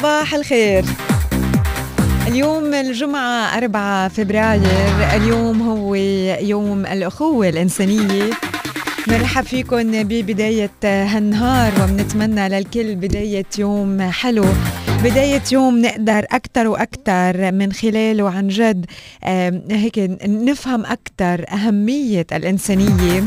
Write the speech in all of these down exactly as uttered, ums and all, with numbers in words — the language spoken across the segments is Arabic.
صباح الخير. اليوم الجمعة أربعة فبراير، اليوم هو يوم الأخوة الإنسانية. نرحب فيكم ببداية هالنهار وبنتمنى للكل بداية يوم حلو، بداية يوم نقدر أكتر وأكتر من خلاله عن جد هيك نفهم أكتر أهمية الإنسانية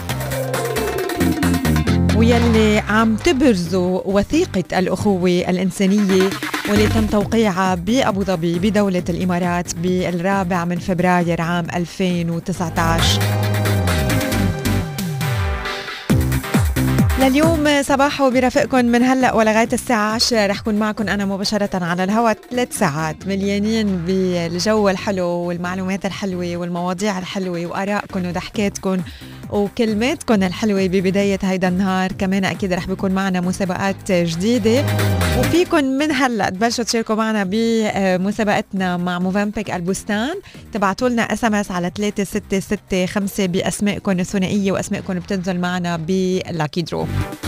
ويلي عم تبرزوا وثيقة الأخوة الإنسانية واللي تم توقيعها بأبو ظبي بدولة الإمارات بالرابع من فبراير عام ألفين وتسعة عشر. لليوم صباحو برافقكم من هلأ ولغاية الساعة عشرة. رح كون معكم أنا مباشرة على الهواء ثلاث ساعات مليانين بالجو الحلو والمعلومات الحلوة والمواضيع الحلوة وآرائكم وضحكاتكم وكلماتكم الحلوة ببداية هيدا النهار. كمان أكيد رح بيكون معنا مسابقات جديدة وفيكم من هلأ تبلشوا تشاركوا معنا بمسابقتنا مع موفنبيك البستان. تبعتوا لنا اس ام اس على ثلاثة ستة ستة خمسة بأسمائكم الثنائية وأسمائكم بتنزل معنا بلاكي درو.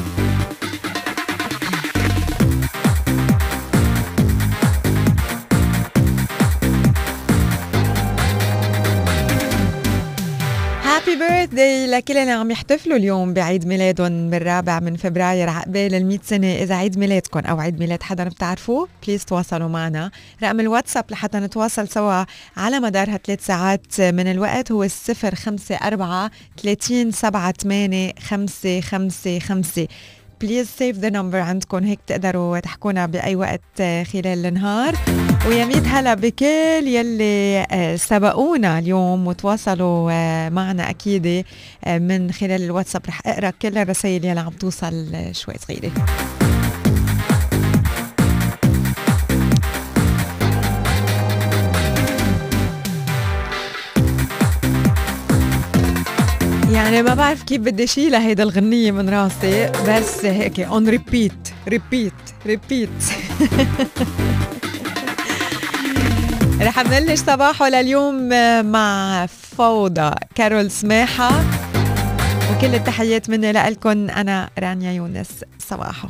هابي بيرثداي لكل اللي عم يحتفلوا اليوم بعيد ميلادهم بالرابع من فبراير عقبال المئة سنة. إذا عيد ميلادكم أو عيد ميلاد حدا بتعرفوه بليز تواصلوا معنا. رقم الواتساب لحتى نتواصل سوا على مدار هالثلاث ساعات من الوقت هو الصفر خمسة أربعة ثلاثين سبعة ثمانية خمسة خمسة خمسة. بليز سيف ذا نمبر عندكم، هيك تقدروا تحكونا بأي وقت خلال النهار. ويا ميت هلا بكل يلي سبقونا اليوم وتواصلوا معنا أكيد من خلال الواتساب. رح أقرأ كل الرسائل يلي عم توصل شوي صغيرة. يعني ما بعرف كيف بدي شيلها هيدا الغنية من راسي، بس هيك اون ريبيت ريبيت ريبيت. رح نبلش صباحه لليوم مع فوضى كارول سماحة وكل التحيات مني لألكن. أنا رانيا يونس. صباحه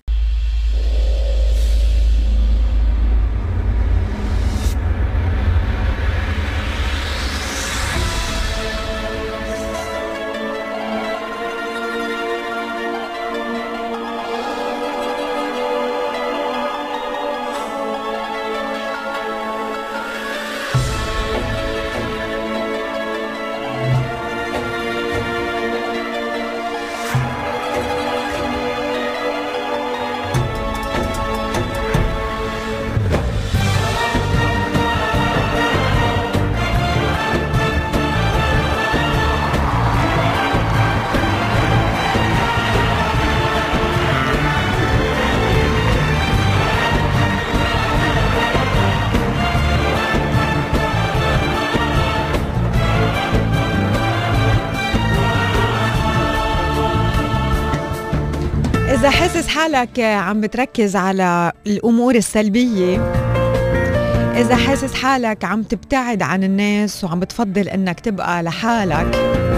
إذا حاسس حالك عم بتركز على الأمور السلبية، إذا حاسس حالك عم تبتعد عن الناس وعم بتفضل إنك تبقى لحالك،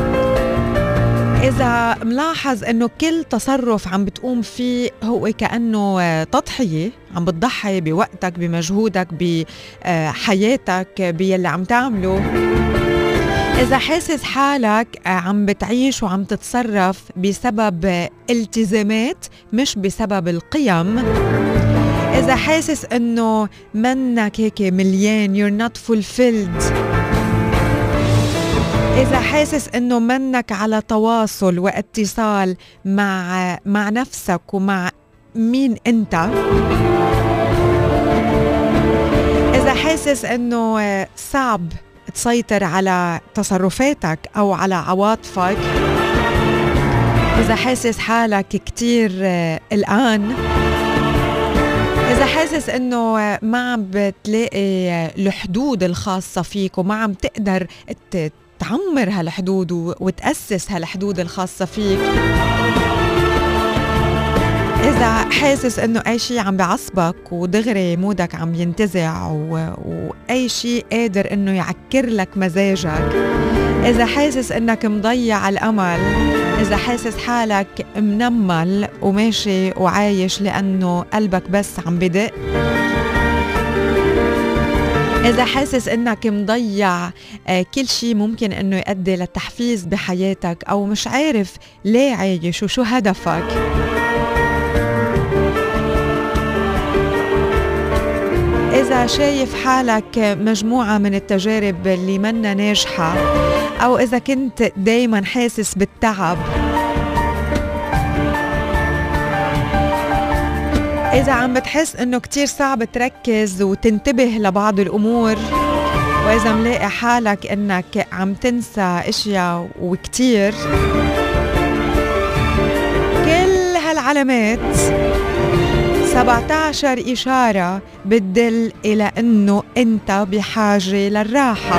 إذا ملاحظ إنه كل تصرف عم بتقوم فيه هو كأنه تضحية، عم بتضحي بوقتك بمجهودك بحياتك باللي عم تعمله، إذا حاسس حالك عم بتعيش وعم تتصرف بسبب التزامات مش بسبب القيم، إذا حاسس إنه منك هيك مليان you're not fulfilled، إذا حاسس إنه منك على تواصل واتصال مع مع نفسك ومع مين أنت، إذا حاسس إنه صعب تسيطر على تصرفاتك أو على عواطفك، إذا حاسس حالك كتير قلقان، إذا حاسس إنه ما عم بتلاقي الحدود الخاصة فيك وما عم تقدر تعمر هالحدود وتأسس هالحدود الخاصة فيك، إذا حاسس إنه أي شيء عم بعصبك ودغري مودك عم ينتزع و... وأي شيء قادر إنه يعكر لك مزاجك، إذا حاسس إنك مضيع الأمل، إذا حاسس حالك منمل وماشي وعايش لأنه قلبك بس عم بدق، إذا حاسس إنك مضيع كل شي ممكن إنه يؤدي للتحفيز بحياتك، أو مش عارف ليه عايش وشو هدفك، إذا شايف حالك مجموعة من التجارب اللي منا ناجحة، أو إذا كنت دايما حاسس بالتعب، إذا عم بتحس إنه كتير صعب تركز وتنتبه لبعض الأمور، وإذا ملاقي حالك إنك عم تنسى إشياء وكتير، كل هالعلامات سبعة عشر إشارة بتدل إلى إنه أنت بحاجة للراحة.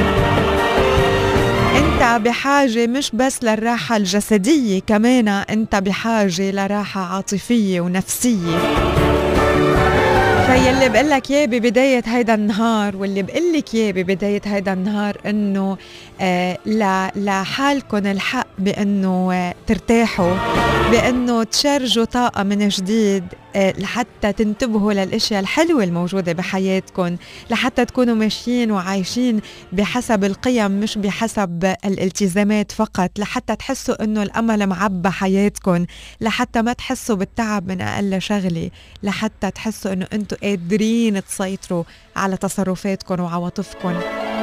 أنت بحاجة مش بس للراحة الجسدية، كمان أنت بحاجة لراحة عاطفية ونفسية. فيلي بقلك ياه ببداية هيدا النهار، واللي بقلك ياه ببداية هيدا النهار، إنه آه لحالكن الحق بأنه آه ترتاحوا، بأنه تشرجوا طاقة من جديد، آه لحتى تنتبهوا للأشياء الحلوة الموجودة بحياتكن، لحتى تكونوا ماشيين وعايشين بحسب القيم مش بحسب الالتزامات فقط، لحتى تحسوا إنه الأمل معبى حياتكن، لحتى ما تحسوا بالتعب من أقل شغلة، لحتى تحسوا إنه أنتوا قادرين تسيطروا على تصرفاتكن وعواطفكن.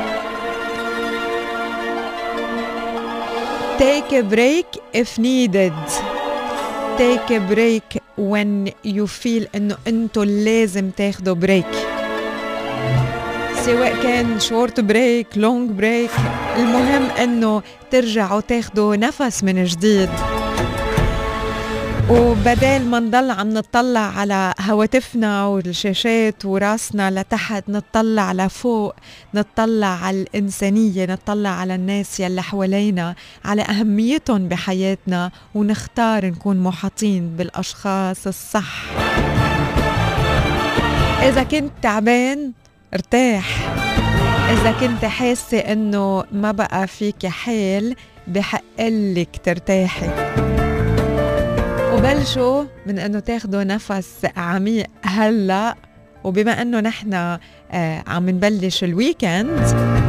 Take a break if needed. Take a break when you feel إنه أنتوا لازم تاخدوا بريك، سواء كان شورت بريك لونج بريك، المهم إنه ترجعوا تاخدوا نفس من جديد، وبدال ما نضل عم نطلع على هواتفنا والشاشات وراسنا لتحت، نطلع لفوق، نطلع على الإنسانية، نطلع على الناس يلي حوالينا، على أهميتهم بحياتنا، ونختار نكون محاطين بالأشخاص الصح. إذا كنت تعبان ارتاح، إذا كنت حاسة إنه ما بقى فيك حيل بحقلك ترتاحي. وبلشوا من أنه تاخدوا نفس عميق هلأ، وبما أنه نحن آه عم نبلش الويكند،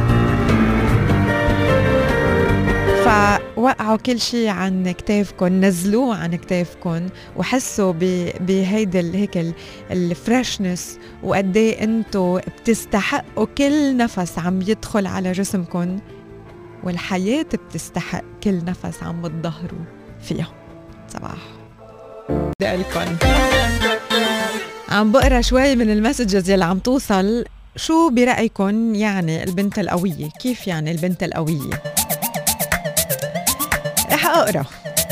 فوقعوا كل شيء عن كتافكن، نزلوه عن كتافكن، وحسوا بهيدا هيك الفريشنس، وقديه أنتوا بتستحقوا كل نفس عم يدخل على جسمكن، والحياة بتستحق كل نفس عم بتظهروا فيها. صباح دقلكن. عم بقرا شوي من المسجز يلي عم توصل. شو برأيكن يعني البنت القوية؟ كيف يعني البنت القوية؟ رح أقرا.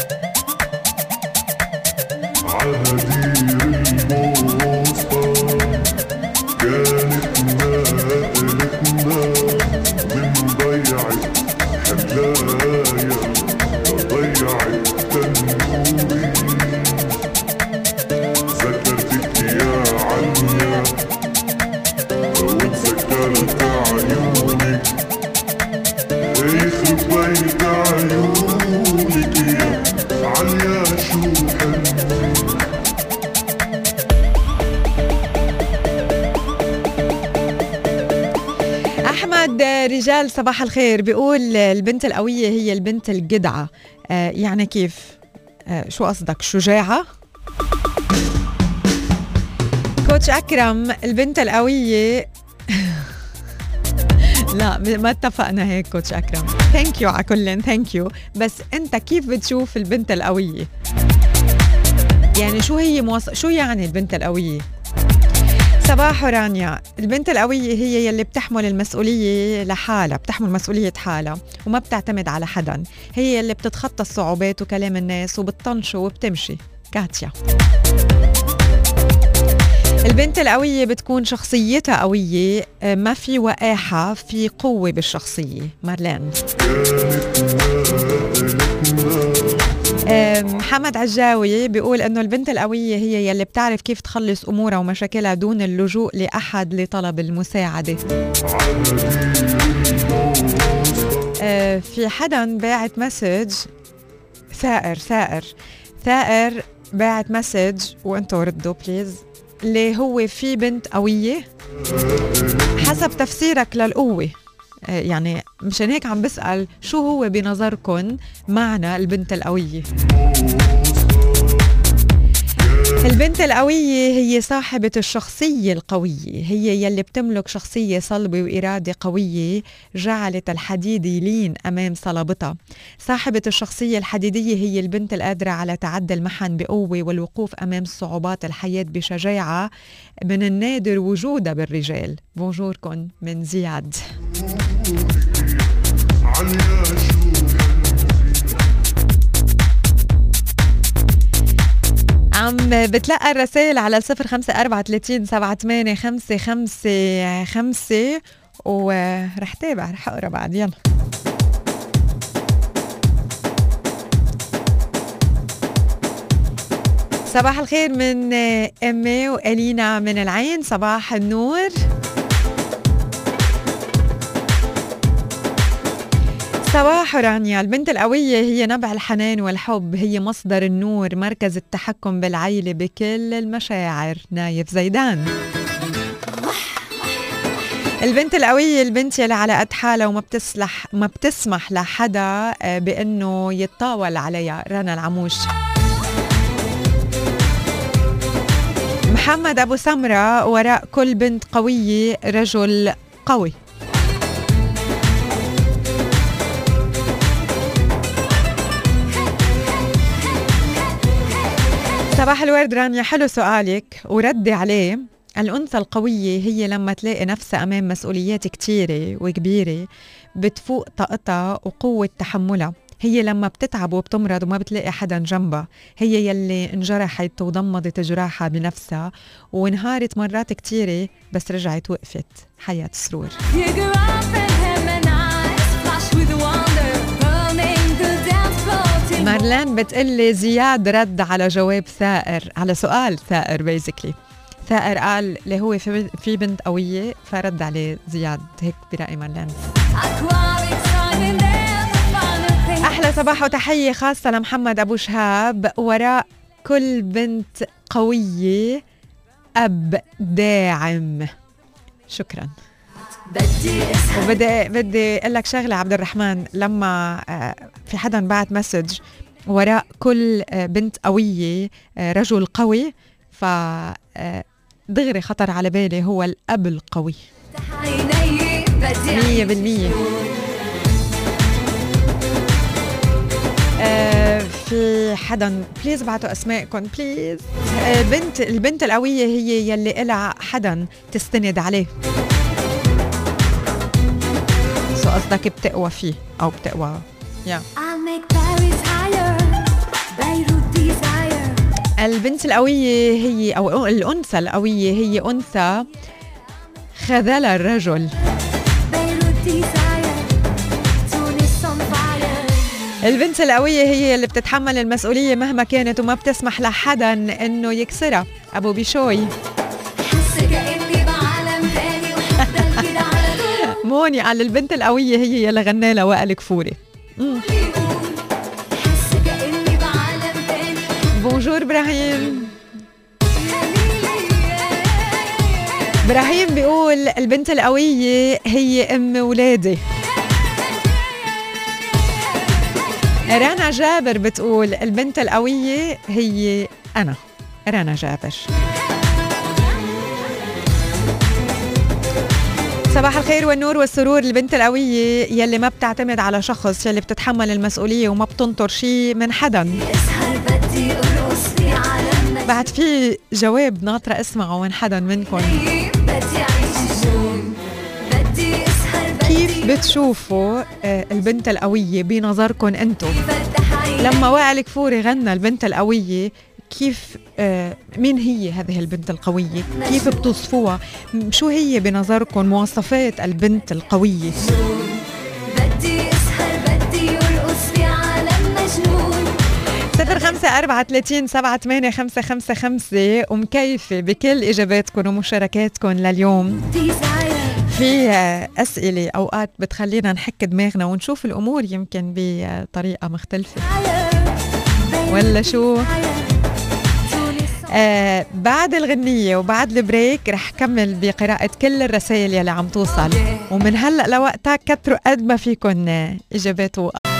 أحمد رجال صباح الخير بيقول البنت القوية هي البنت الجدعة. آه يعني كيف؟ آه شو قصدك؟ شجاعة؟ كوتش أكرم البنت القوية لا ما اتفقنا هيك كوتش أكرم. ثانك يو على كلن، ثانك يو. بس أنت كيف بتشوف البنت القوية؟ يعني شو هي موص... شو يعني البنت القوية؟ صباح رانيا البنت القوية هي يلي بتحمل المسؤولية لحالها، بتحمل مسؤولية حالها وما بتعتمد على حدا، هي يلي بتتخطى الصعوبات وكلام الناس وبتطنشه وبتمشي. كاتيا البنت القوية بتكون شخصيتها قوية، ما في وقاحة، في قوة بالشخصية. مارلين. محمد عجاوي بيقول انه البنت القوية هي يلي بتعرف كيف تخلص امورها ومشاكلها دون اللجوء لاحد لطلب المساعدة. في حدا باعت مسج ثائر ثائر ثائر باعت مسج وانتوا ردوا بليز، اللي هو في بنت قوية حسب تفسيرك للقوة. يعني مشان هيك عم بسأل شو هو بنظركن معنى البنت القوية. البنت القوية هي صاحبة الشخصية القوية، هي يلي بتملك شخصية صلبة وإرادة قوية جعلت الحديد يلين أمام صلابتها. صاحبة الشخصية الحديدية هي البنت القادرة على تعدي المحن بقوة والوقوف أمام صعوبات الحياة بشجاعة، من النادر وجودها بالرجال. بونجوركم من زياد. عم بتلقى الرسائل على صفر خمسة أربعة ثلاثين سبعة ثمانية خمسة خمسة خمسة ورح تابع رح أقرأ بعد. يلا صباح الخير من أمي وألينا من العين. صباح النور. صباح رانيا. البنت القوية هي نبع الحنان والحب، هي مصدر النور، مركز التحكم بالعيلة بكل المشاعر. نايف زيدان. البنت القوية البنت يلي على قد حالها وما بتسلح ما بتسمح لحدا بأنه يتطاول عليها. رنا العموش. محمد أبو سمرة. وراء كل بنت قوية رجل قوي. صباح الورد رانيا. حلو سؤالك وردي عليه. الأنثى القوية هي لما تلاقي نفسها أمام مسؤوليات كتيرة وكبيرة بتفوق طاقتها وقوة تحملها. هي لما بتتعب وبتمرض وما بتلاقي حدا جنبها. هي يلي انجرحت وضمدت جراحها بنفسها وانهارت مرات كتيرة بس رجعت وقفت. حياة سرور. مارلين بتقلي زياد رد على جواب ثائر، على سؤال ثائر بيزيكلي. ثائر قال اللي هو في, في بنت قوية فرد عليه زياد. هيك برأي مارلين. أحلى صباح وتحية خاصة لمحمد أبو شهاب. وراء كل بنت قوية أب داعم. شكرا. وبدي بدي اقول لك شغله عبد الرحمن. لما في حدا بعت مسج وراء كل بنت قويه رجل قوي، ف دغري خطر على بالي هو الاب القوي مية بالمية. في حدا بليز بعتوا اسماءكم بليز. بنت البنت القويه هي يلي إلها حدا تستند عليه. سو قصدك بتقوى فيه أو بتقوى يا yeah. البنت القوية هي أو الأنثى القوية هي أنثى خذل الرجل. البنت القوية هي اللي بتتحمل المسؤولية مهما كانت وما بتسمح لحدا إنه يكسرها. أبو بيشوي. موني قال البنت القوية هي يلي غنى لها وائل كفوري. بونجور إبراهيم. إبراهيم بيقول البنت القوية هي أم ولادي. رنا جابر بتقول البنت القوية هي أنا. رنا جابر. صباح الخير والنور والسرور. البنت القوية يلي ما بتعتمد على شخص، يلي بتتحمل المسؤولية وما بتنطر شيء من حدا. بعد في جواب ناطرة اسمعوا من حدا منكم. كيف بتشوفوا البنت القوية بنظركم انتم؟ لما وائل كفوري غنى البنت القوية كيف آه مين هي هذه البنت القوية؟ كيف بتصفوها؟ شو هي بنظركم مواصفات البنت القوية؟ صفر خمسة أربعة ثلاثين سبعة ثمانية خمسة خمسة خمسة. ومكيفة بكل إجاباتكم ومشاركاتكم لليوم. في أسئلة أوقات بتخلينا نحك دماغنا ونشوف الأمور يمكن بطريقة مختلفة. ولا شو؟ آه بعد الغنية وبعد البريك رح كمل بقراءة كل الرسائل يلي عم توصل، ومن هلأ لوقتها كتروا قد ما فيكن إجابات.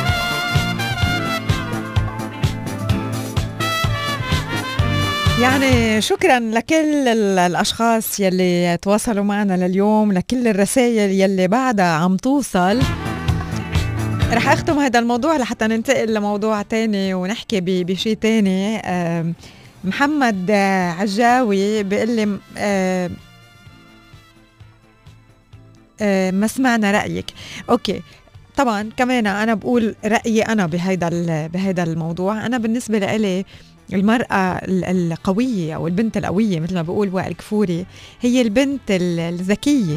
يعني شكرا لكل الأشخاص يلي تواصلوا معنا لليوم، لكل الرسائل يلي بعدها عم توصل. رح أختم هذا الموضوع لحتى ننتقل لموضوع تاني ونحكي بشي تاني. آه محمد عجاوي بيقول لي آه آه ما سمعنا رأيك. أوكي، طبعا كمان أنا بقول رأيي أنا بهيدا بهيدا الموضوع. أنا بالنسبة لي المرأة القوية أو البنت القوية مثل ما بقول وائل كفوري هي البنت الذكية،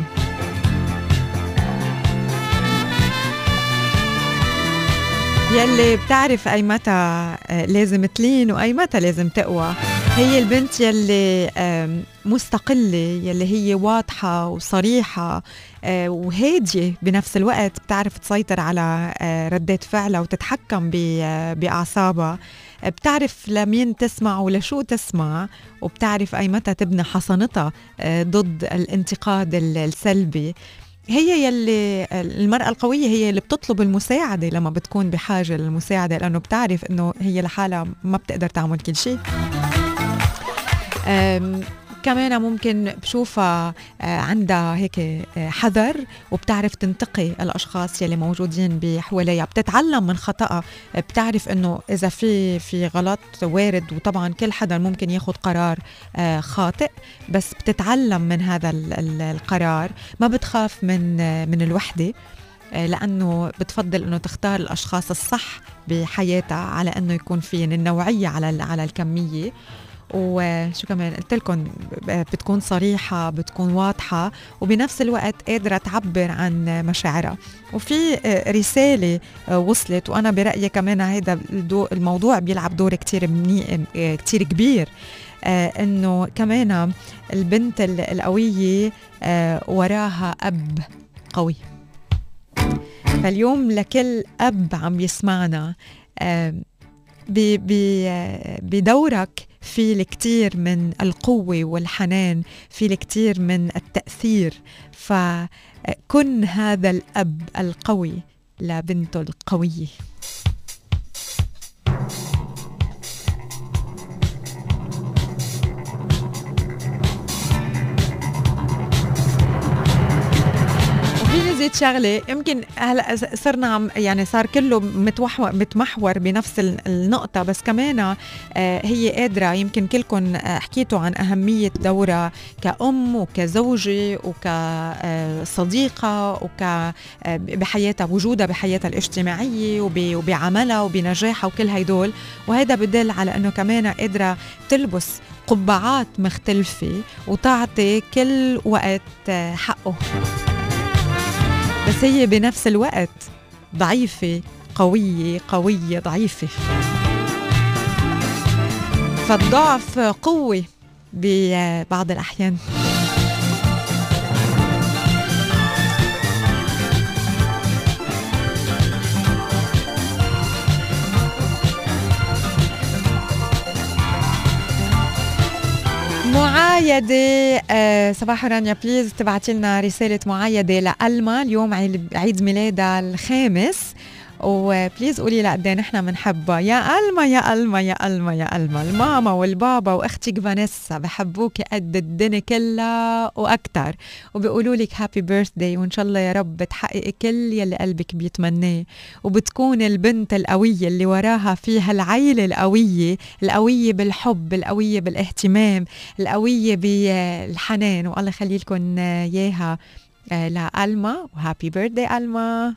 يلي بتعرف أي متى لازم تلين وأي متى لازم تقوى. هي البنت يلي مستقلة، يلي هي واضحة وصريحة وهادية بنفس الوقت، بتعرف تسيطر على ردات فعلها وتتحكم بأعصابها، بتعرف لمين تسمع ولشو تسمع، وبتعرف أي متى تبني حصانتها ضد الانتقاد السلبي. هي يلي المرأة القوية هي اللي بتطلب المساعدة لما بتكون بحاجة للمساعدة، لأنه بتعرف أنه هي لحالها ما بتقدر تعمل كل شيء. كمان ممكن بشوفها عندها هيك حذر، وبتعرف تنتقي الأشخاص يلي موجودين بحواليها، بتتعلم من خطأها، بتعرف إنه إذا في في غلط وارد، وطبعا كل حدا ممكن ياخد قرار خاطئ، بس بتتعلم من هذا القرار. ما بتخاف من من الوحدة، لأنه بتفضل إنه تختار الأشخاص الصح بحياتها على إنه يكون في النوعية على على الكمية. وشو كمان قلت لكم، بتكون صريحة، بتكون واضحة، وبنفس الوقت قادرة تعبر عن مشاعرها. وفي رسالة وصلت، وأنا برأيي كمان هذا الموضوع بيلعب دور كتير كتير كبير، إنه كمان البنت القوية وراها أب قوي. فاليوم لكل أب عم يسمعنا، بدورك في الكثير من القوة والحنان، في الكثير من التأثير، فكن هذا الأب القوي لبنته القوية. زيت شغله يمكن هلا صرنا عم يعني صار كله متوحور متمحور بنفس النقطه، بس كمان هي قادره، يمكن كلكم حكيتوا عن اهميه دورها كأم وكزوجه وكصديقه وك بحياتها، وجودها بحياتها الاجتماعيه وبعملها وبنجاحها وكل هيدول. وهذا بدل على انه كمان قادره تلبس قبعات مختلفه وتعطي كل وقت حقه، بس هي بنفس الوقت ضعيفة قوية قوية ضعيفة. فالضعف قوة ببعض الأحيان. معايدة آه صباح رانيا، بليز تبعتي لنا رسالة معايدة لألما، اليوم عيد ميلادها الخامس، وبليز قولي لها قد ايه نحن بنحبها. يا ألما يا ألما يا ألما يا ألما، الماما والبابا واختك فانيسا بحبوك قد الدنيا كلها واكثر، وبيقولوا لك هابي بيرثداي، وان شاء الله يا رب تحققي كل يلي قلبك بيتمناه، وبتكون البنت القوية اللي وراها فيها العيلة القوية، القوية بالحب، القوية بالاهتمام، القوية بالحنان، والله يخلي لكم اياها لألما، وهابي بيرثداي ألما.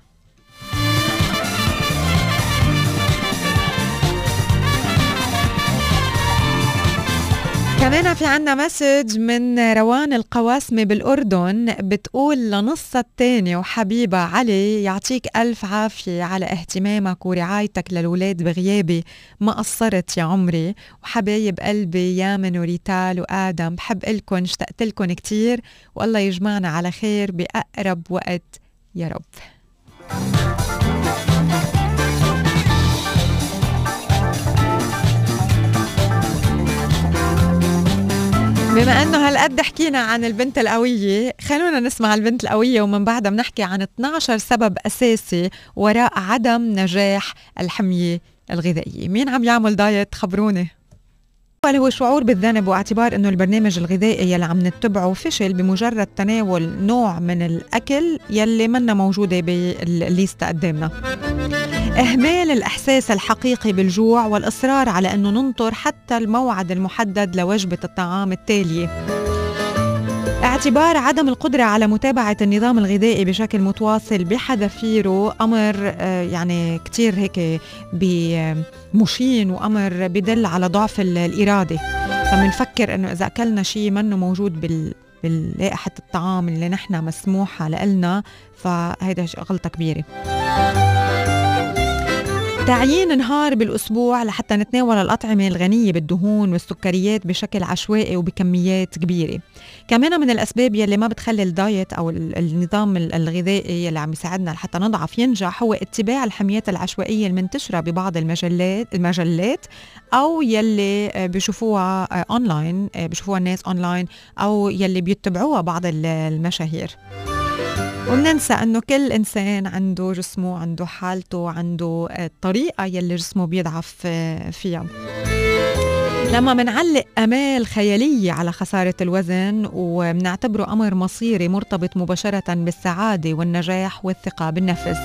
كمان في عنا مسج من روان القواسمي بالأردن، بتقول لنصها التاني وحبيبة علي، يعطيك ألف عافية على اهتمامك ورعايتك للولاد بغيابي، ما قصرت يا عمري، وحبايب قلبي يامن وريتال وآدم، بحب إلكن، اشتقت لكن كتير، والله يجمعنا على خير بأقرب وقت يا رب. بما انه هالقد حكينا عن البنت القوية، خلونا نسمع البنت القوية ومن بعدها بنحكي عن اثني عشر سبب اساسي وراء عدم نجاح الحمية الغذائية. مين عم يعمل دايت؟ خبروني. أول هو شعور بالذنب واعتبار انه البرنامج الغذائي يلي عم نتبعه فشل بمجرد تناول نوع من الاكل يلي منا موجودة بالليستة قدامنا. إهمال الإحساس الحقيقي بالجوع والإصرار على أنه ننطر حتى الموعد المحدد لوجبة الطعام التالية. اعتبار عدم القدرة على متابعة النظام الغذائي بشكل متواصل بحذافيره أمر يعني كتير هيك مشين وأمر بدل على ضعف الإرادة. فمنفكر أنه إذا أكلنا شيء منه موجود بال باللائحة الطعام اللي نحن مسموحة لنا، فهذا غلطة كبيرة. تعيين نهار بالأسبوع لحتى نتناول الأطعمة الغنية بالدهون والسكريات بشكل عشوائي وبكميات كبيرة. كمان من الأسباب يلي ما بتخلي الدايت أو النظام الغذائي يلي عم يساعدنا لحتى نضعف ينجح هو اتباع الحميات العشوائية المنتشرة ببعض المجلات المجلات أو يلي بيشوفوها أونلاين، بيشوفوها الناس أونلاين، أو يلي بيتبعوها بعض المشاهير. ومننسى أنه كل إنسان عنده جسمه، عنده حالته، عنده الطريقة يلي جسمه بيضعف فيها. لما منعلق أمال خيالية على خسارة الوزن ومنعتبره أمر مصيري مرتبط مباشرة بالسعادة والنجاح والثقة بالنفس.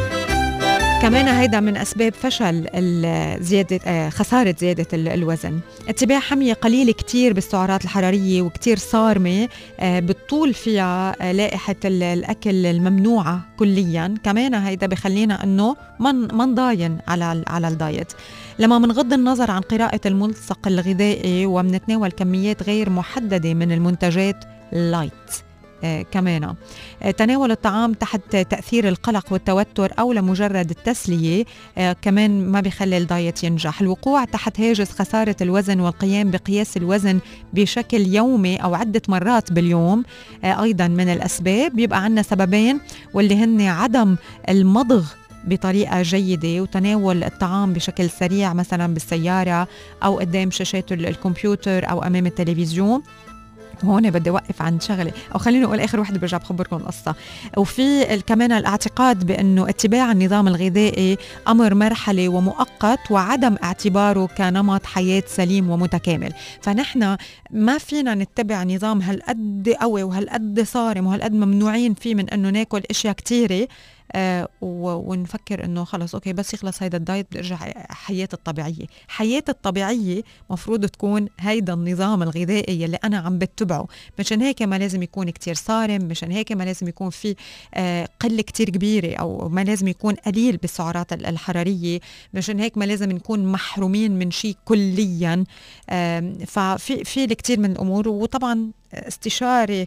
كمان هيدا من أسباب فشل زيادة خسارة زيادة الوزن. اتباع حمية قليلة كتير بالسعرات الحرارية وكتير صارمة بتطول فيها لائحة الأكل الممنوعة كليا. كمان هيدا بخلينا أنه من منضاين على على الدايت. لما منغض النظر عن قراءة الملصق الغذائي ومنتناول كميات غير محددة من المنتجات لايت. آه كمان آه تناول الطعام تحت تأثير القلق والتوتر أو لمجرد التسلية آه كمان ما بيخلي الدايت ينجح. الوقوع تحت هاجس خسارة الوزن والقيام بقياس الوزن بشكل يومي أو عدة مرات باليوم آه أيضا من الأسباب. بيبقى عنا سببين واللي هن عدم المضغ بطريقة جيدة وتناول الطعام بشكل سريع مثلا بالسيارة أو قدام شاشات الكمبيوتر أو أمام التلفزيون. هون بدي أوقف عند شغلة أو خليني أقول آخر واحدة برجع بخبركم القصة. وفي كمان الاعتقاد بأنه اتباع النظام الغذائي أمر مرحلي ومؤقت وعدم اعتباره كنمط حياة سليم ومتكامل. فنحن ما فينا نتبع نظام هالقد قوي وهالقد صارم وهالقد ممنوعين فيه من أنه ناكل أشياء كتيرة آه ونفكر انه خلص اوكي بس يخلص هيدا الدايت بدي ارجع حياتي الطبيعيه. حياتي الطبيعيه مفروض تكون هيدا النظام الغذائي اللي انا عم بتبعه. مشان هيك ما لازم يكون كتير صارم، مشان هيك ما لازم يكون في آه قله كتير كبيره او ما لازم يكون قليل بالسعرات الحراريه، مشان هيك ما لازم نكون محرومين من شيء كليا. آه ففي في الكثير من الامور. وطبعا استشاري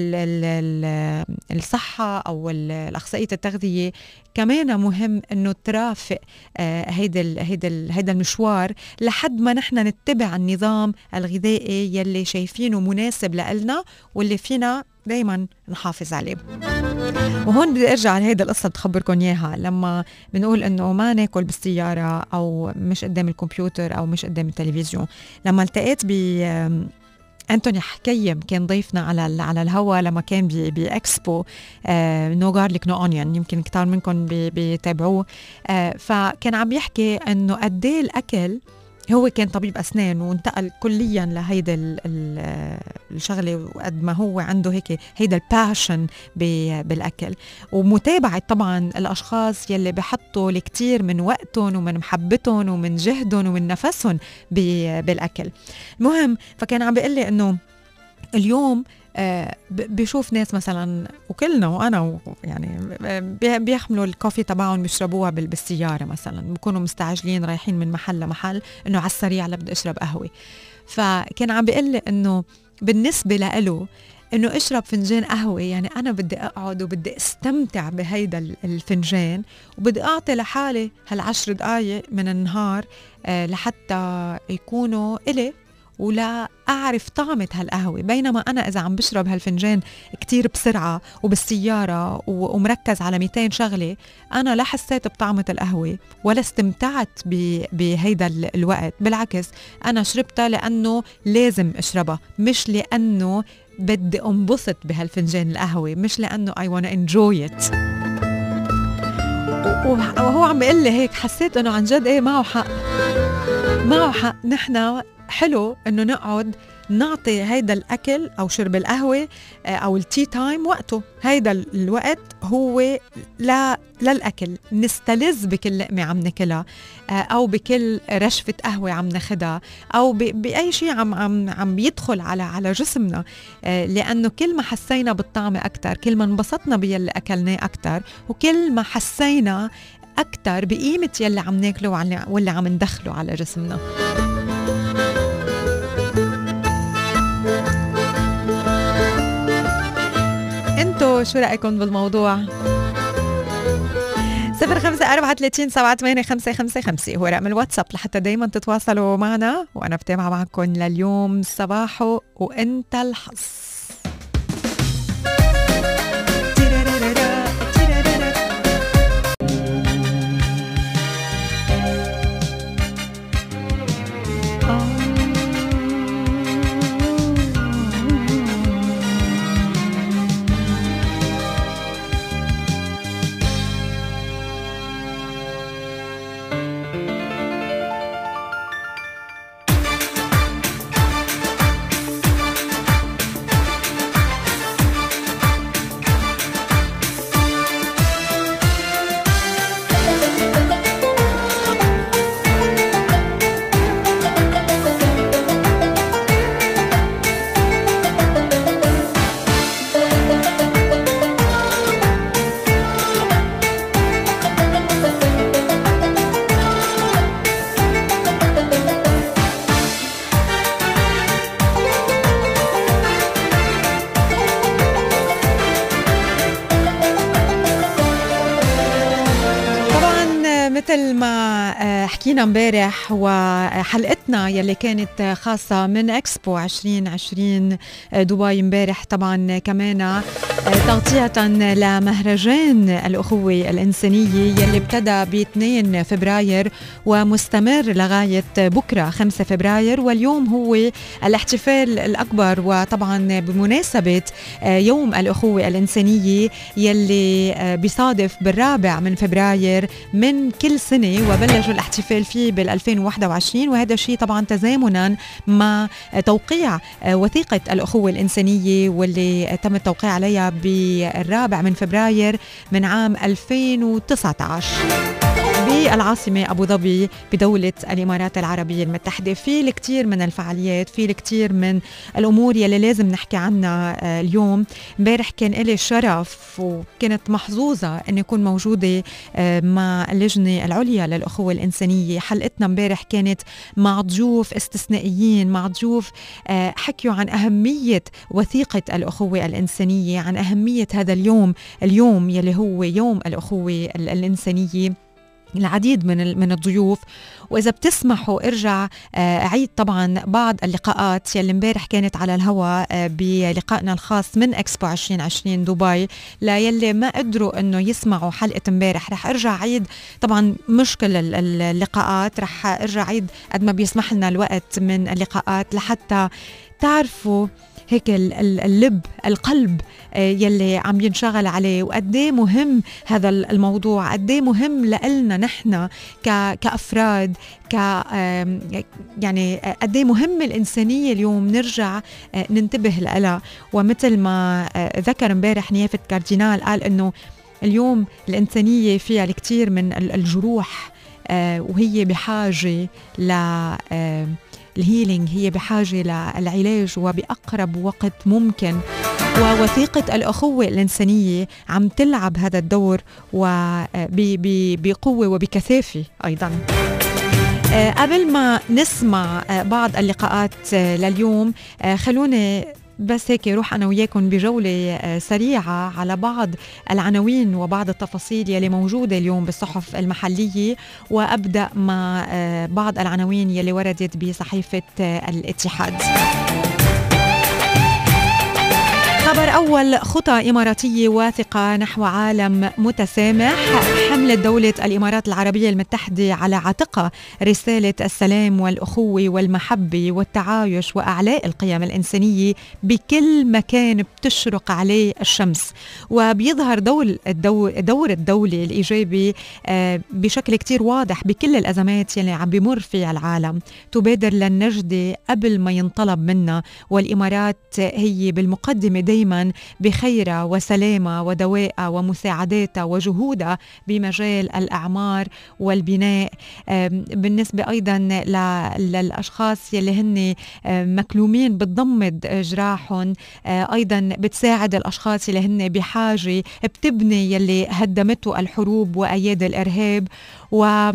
الصحة أو الأخصائية التغذية كمان مهم إنه ترافق هيدا هيدا هيدا المشوار لحد ما نحن نتبع النظام الغذائي يلي شايفينه مناسب لنا واللي فينا دايما نحافظ عليه. وهون بدي ارجع لهيدا القصه بتخبركم اياها. لما بنقول انه ما ناكل بالسياره او مش قدام الكمبيوتر او مش قدام التلفزيون، لما التقيت ب أنتوني حكيم كان ضيفنا على على الهوا لما كان بإكسبو نو جارليك نو أونيون، يمكن كتار منكم بيتابعوه. آه فكان عم يحكي إنه قد إيه الأكل، هو كان طبيب أسنان وانتقل كليا لهيدا الشغلة وقد ما هو عنده هيك هيدا الباشن بالأكل ومتابعة طبعا الأشخاص يلي بحطوا الكتير من وقتهم ومن محبتهم ومن جهدهم ومن نفسهم بالأكل. المهم فكان عم بيقول لي إنه اليوم آه بيشوف ناس مثلا وكلنا وانا يعني بيحملوا الكوفي تبعهم بيشربوها بالسياره مثلا، بيكونوا مستعجلين رايحين من محل لمحل انه على السريع لا بدي اشرب قهوه. فكان عم بيقول لي انه بالنسبه له انه اشرب فنجان قهوه يعني انا بدي اقعد وبدي استمتع بهيدا الفنجان وبدي اعطي لحالي هالعشر دقائق من النهار آه لحتى يكونوا الي ولا أعرف طعمة هالقهوة. بينما أنا إذا عم بشرب هالفنجان كتير بسرعة وبالسيارة ومركز على مئتين شغلة، أنا لا حسيت بطعمة القهوة ولا استمتعت بهيدا الوقت. بالعكس أنا شربتها لأنه لازم أشربها، مش لأنه بدي أنبسط بهالفنجان القهوة، مش لأنه I wanna enjoy it. وهو عم بيقول لي هيك حسيت انه عن جد ايه معه حق، معه حق. نحن حلو انه نقعد نعطي هيدا الاكل او شرب القهوه او التي تايم وقته. هيدا الوقت هو لا للاكل، نستلذ بكل لقمه عم ناكلها او بكل رشفه قهوه عم ناخدها او باي شيء عم عم عم بيدخل على على جسمنا، لانه كل ما حسينا بالطعم اكثر، كل ما انبسطنا باللي اكلناه اكثر، وكل ما حسينا اكثر بقيمه يلي عم ناكله واللي عم ندخله على جسمنا. انتو شو رأيكم بالموضوع؟ صفر خمسة أربعة ثلاثين سبعة ثمانية خمسة خمسة خمسة هو رقم الواتساب لحتى دايما تتواصلوا معنا، وأنا بتابع معكم لليوم صباحو وانت الحظ. مثل ما حكينا امبارح، وحلقتنا يلي كانت خاصة من اكسبو عشرين عشرين دبي امبارح طبعا كمان تغطية لمهرجان الأخوة الإنسانية يلي ابتدى ب اثنين فبراير ومستمر لغاية بكرة خمسة فبراير، واليوم هو الاحتفال الأكبر. وطبعا بمناسبة يوم الأخوة الإنسانية يلي بيصادف بالرابع من فبراير من كل سنة، وبلشوا الاحتفال فيه بالألفين وواحد وعشرين، وهذا الشيء طبعا تزامنا مع توقيع وثيقة الأخوة الإنسانية واللي تم التوقيع عليها بالرابع من فبراير من عام ألفين وتسعة عشر بالعاصمة أبو ظبي بدولة الإمارات العربية المتحدة. في الكثير من الفعاليات، في الكثير من الأمور يلي لازم نحكي عنها اليوم. امبارح كان لي الشرف وكنت محظوظة أن أكون موجودة مع اللجنة العليا للأخوة الإنسانية. حلقتنا امبارح كانت مع ضيوف استثنائيين، مع ضيوف حكيوا عن أهمية وثيقة الأخوة الإنسانية، عن أهمية هذا اليوم، اليوم يلي هو يوم الأخوة الإنسانية. العديد من من الضيوف، واذا بتسمحوا ارجع اعيد طبعا بعض اللقاءات يلي امبارح كانت على الهواء بلقائنا الخاص من اكسبو عشرين عشرين دبي. لا يلي ما قدروا انه يسمعوا حلقه امبارح رح ارجع اعيد طبعا مشكل اللقاءات، رح ارجع اعيد قد ما بيسمح لنا الوقت من اللقاءات لحتى تعرفوا هيك اللب القلب يلي عم ينشغل عليه، وقديه مهم هذا الموضوع، قديه مهم لنا نحن كأفراد، ك يعني قديه مهم الإنسانية اليوم نرجع ننتبه لها. ومثل ما ذكر امبارح نيافة كاردينال قال إنه اليوم الإنسانية فيها الكثير من الجروح، وهي بحاجة ل الهيلينج، هي بحاجة للعلاج وبأقرب وقت ممكن. ووثيقة الأخوة الإنسانية عم تلعب هذا الدور وبقوة وبكثافة أيضا. قبل ما نسمع بعض اللقاءات لليوم خلوني بس هيك روح أنا وياكم بجولة سريعة على بعض العناوين وبعض التفاصيل يلي موجودة اليوم بالصحف المحلية، وأبدأ مع بعض العناوين يلي وردت بصحيفة الاتحاد. خبر أول: خطى إماراتية واثقة نحو عالم متسامح. حملة دولة الإمارات العربية المتحدة على عاتقها رسالة السلام والأخوة والمحبة والتعايش وأعلاء القيم الإنسانية بكل مكان بتشرق عليه الشمس، وبيظهر دور دور الدولة الإيجابي بشكل كتير واضح بكل الأزمات اللي عم بمر فيها العالم. تبادر للنجدة قبل ما ينطلب منها، والإمارات هي بالمقدمة دايما بخيرها وسلامها ودوائها ومساعداتها وجهودها بمجال الأعمار والبناء. بالنسبة أيضا للأشخاص يلي هن مكلومين بتضمد جراحهم، أيضا بتساعد الأشخاص يلي هن بحاجة، بتبني يلي هدمته الحروب وأيادي الإرهاب. و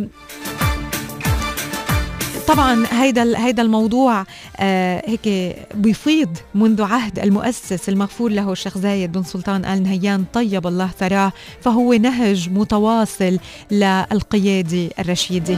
طبعا هيدا هيدا الموضوع آه هيك بيفيض منذ عهد المؤسس المغفور له الشيخ زايد بن سلطان آل نهيان طيب الله ثراه، فهو نهج متواصل للقيادة الرشيدة.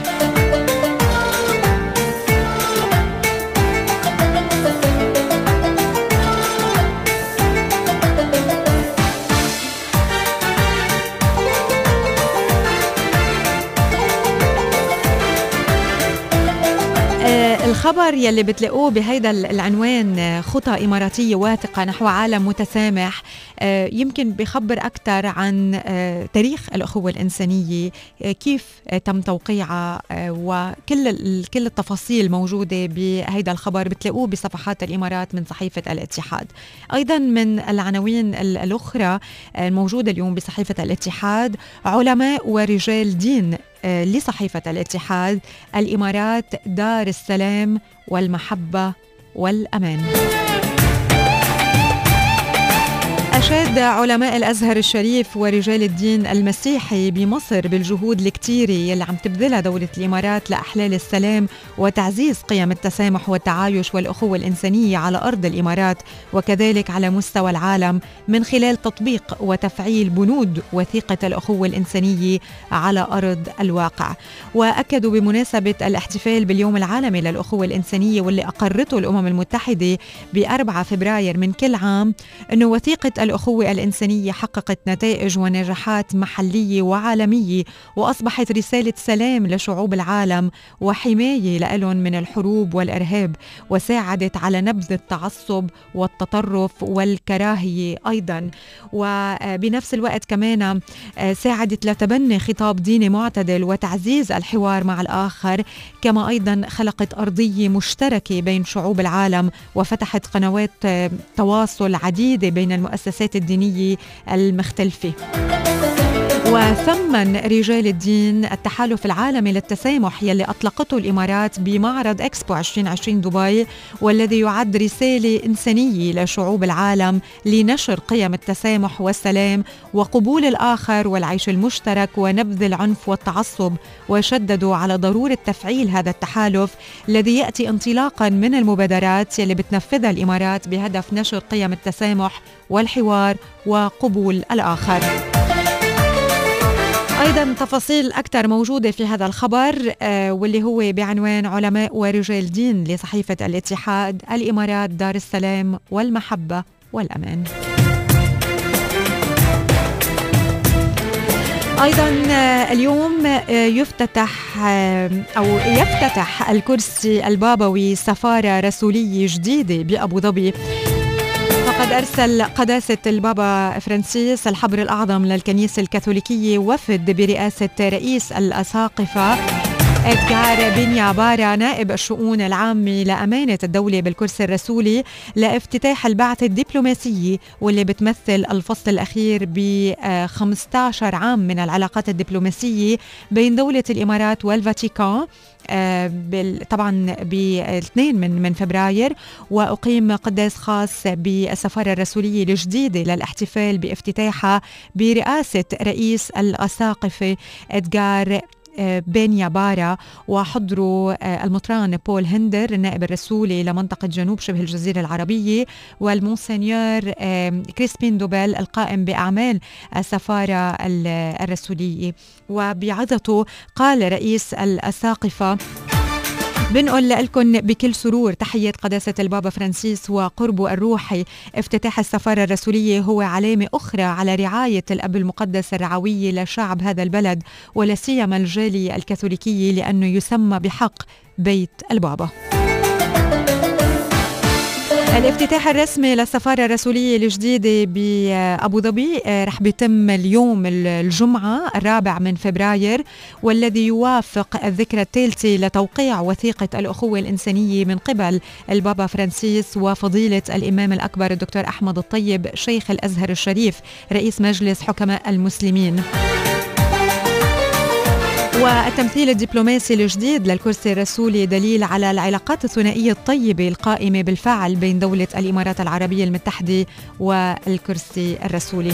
الخبر يلي بتلاقوه بهيدا العنوان خطى إماراتية واثقة نحو عالم متسامح يمكن بخبر أكثر عن تاريخ الأخوة الإنسانية، كيف تم توقيعها، وكل كل التفاصيل موجودة بهيدا الخبر بتلاقوه بصفحات الإمارات من صحيفة الاتحاد. أيضا من العناوين الأخرى الموجودة اليوم بصحيفة الاتحاد: علماء ورجال دين لصحيفة الاتحاد، الإمارات دار السلام والمحبة والأمان. أشاد علماء الأزهر الشريف ورجال الدين المسيحي بمصر بالجهود الكتيرة يلي عم تبذلها دولة الإمارات لأحلال السلام وتعزيز قيم التسامح والتعايش والأخوة الإنسانية على أرض الإمارات وكذلك على مستوى العالم، من خلال تطبيق وتفعيل بنود وثيقة الأخوة الإنسانية على أرض الواقع. وأكدوا بمناسبة الاحتفال باليوم العالمي للأخوة الإنسانية واللي أقرته الأمم المتحدة بأربعة فبراير من كل عام أنه وثيقة الأخوة الإنسانية حققت نتائج ونجاحات محلية وعالمية، وأصبحت رسالة سلام لشعوب العالم وحماية لهم من الحروب والإرهاب، وساعدت على نبذ التعصب والتطرف والكراهية أيضا. وبنفس الوقت كمان ساعدت لتبني خطاب ديني معتدل وتعزيز الحوار مع الآخر، كما أيضا خلقت أرضية مشتركة بين شعوب العالم وفتحت قنوات تواصل عديدة بين المؤسسات الدينية المختلفة. وثمن رجال الدين التحالف العالمي للتسامح يلي أطلقته الإمارات بمعرض إكسبو عشرين عشرين دبي، والذي يعد رسالة إنسانية لشعوب العالم لنشر قيم التسامح والسلام وقبول الآخر والعيش المشترك ونبذ العنف والتعصب. وشددوا على ضرورة تفعيل هذا التحالف الذي يأتي انطلاقا من المبادرات يلي بتنفذها الإمارات بهدف نشر قيم التسامح والحوار وقبول الآخر. أيضا تفاصيل أكثر موجودة في هذا الخبر آه واللي هو بعنوان علماء ورجال دين لصحيفة الاتحاد، الإمارات دار السلام والمحبة والأمان. أيضا اليوم يفتتح أو يفتتح الكرسي البابوي سفارة رسولية جديدة بأبو ظبي. فقد أرسل قداسة البابا فرانسيس الحبر الأعظم للكنيسة الكاثوليكية وفد برئاسة رئيس الأساقفة إدغار بنيا بارا نائب الشؤون العامة لأمانة الدولة بالكرسي الرسولي لافتتاح البعثة الدبلوماسية واللي بتمثل الفصل الأخير ب خمسة عشر عام من العلاقات الدبلوماسية بين دولة الإمارات والفاتيكان، طبعا بالاثنين من من فبراير. وأقيم قداس خاص بالسفارة الرسولية الجديدة للاحتفال بافتتاحها برئاسة رئيس الأساقفة إدغار بينيا بارا، وحضروا المطران بول هندر النائب الرسولي لمنطقة جنوب شبه الجزيرة العربية، والمونسنيور كريسبين دوبيل القائم بأعمال السفارة الرسولية. وبعظته قال رئيس الأساقفة: بنقول لكم بكل سرور تحية قداسة البابا فرانسيس وقربه الروحي. افتتاح السفارة الرسولية هو علامة أخرى على رعاية الأب المقدس الرعوية لشعب هذا البلد، ولا سيما الجالية الكاثوليكية، لأنه يسمى بحق بيت البابا. الافتتاح الرسمي للسفارة الرسولية الجديدة بأبو ظبي رح بيتم اليوم الجمعة الرابع من فبراير، والذي يوافق الذكرى الثالثة لتوقيع وثيقة الأخوة الإنسانية من قبل البابا فرانسيس وفضيلة الإمام الأكبر الدكتور أحمد الطيب شيخ الأزهر الشريف رئيس مجلس حكماء المسلمين. والتمثيل الدبلوماسي الجديد للكرسي الرسولي دليل على العلاقات الثنائية الطيبة القائمة بالفعل بين دولة الإمارات العربية المتحدة والكرسي الرسولي.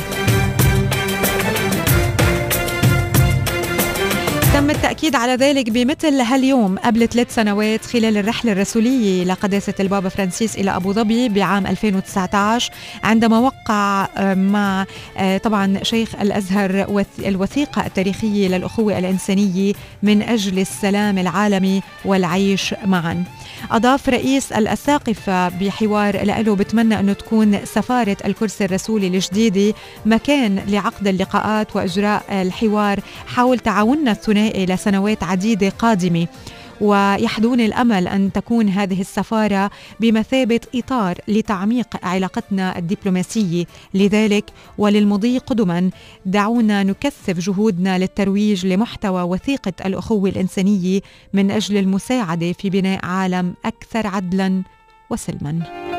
تم التأكيد على ذلك بمثل هاليوم قبل ثلاث سنوات خلال الرحلة الرسولية لقداسة البابا فرانسيس إلى أبو ظبي بعام ألفين وتسعة عشر، عندما وقع مع طبعا شيخ الأزهر الوثيقة التاريخية للأخوة الإنسانية من أجل السلام العالمي والعيش معا. أضاف رئيس الأساقفة بحوار له: بتمنى أنه تكون سفارة الكرسي الرسولي الجديدة مكان لعقد اللقاءات وإجراء الحوار حول تعاوننا الثنائي لسنوات عديدة قادمة، ويحدون الأمل أن تكون هذه السفارة بمثابة إطار لتعميق علاقتنا الدبلوماسية. لذلك وللمضي قدما دعونا نكثف جهودنا للترويج لمحتوى وثيقة الأخوة الإنسانية من أجل المساعدة في بناء عالم أكثر عدلا وسلما.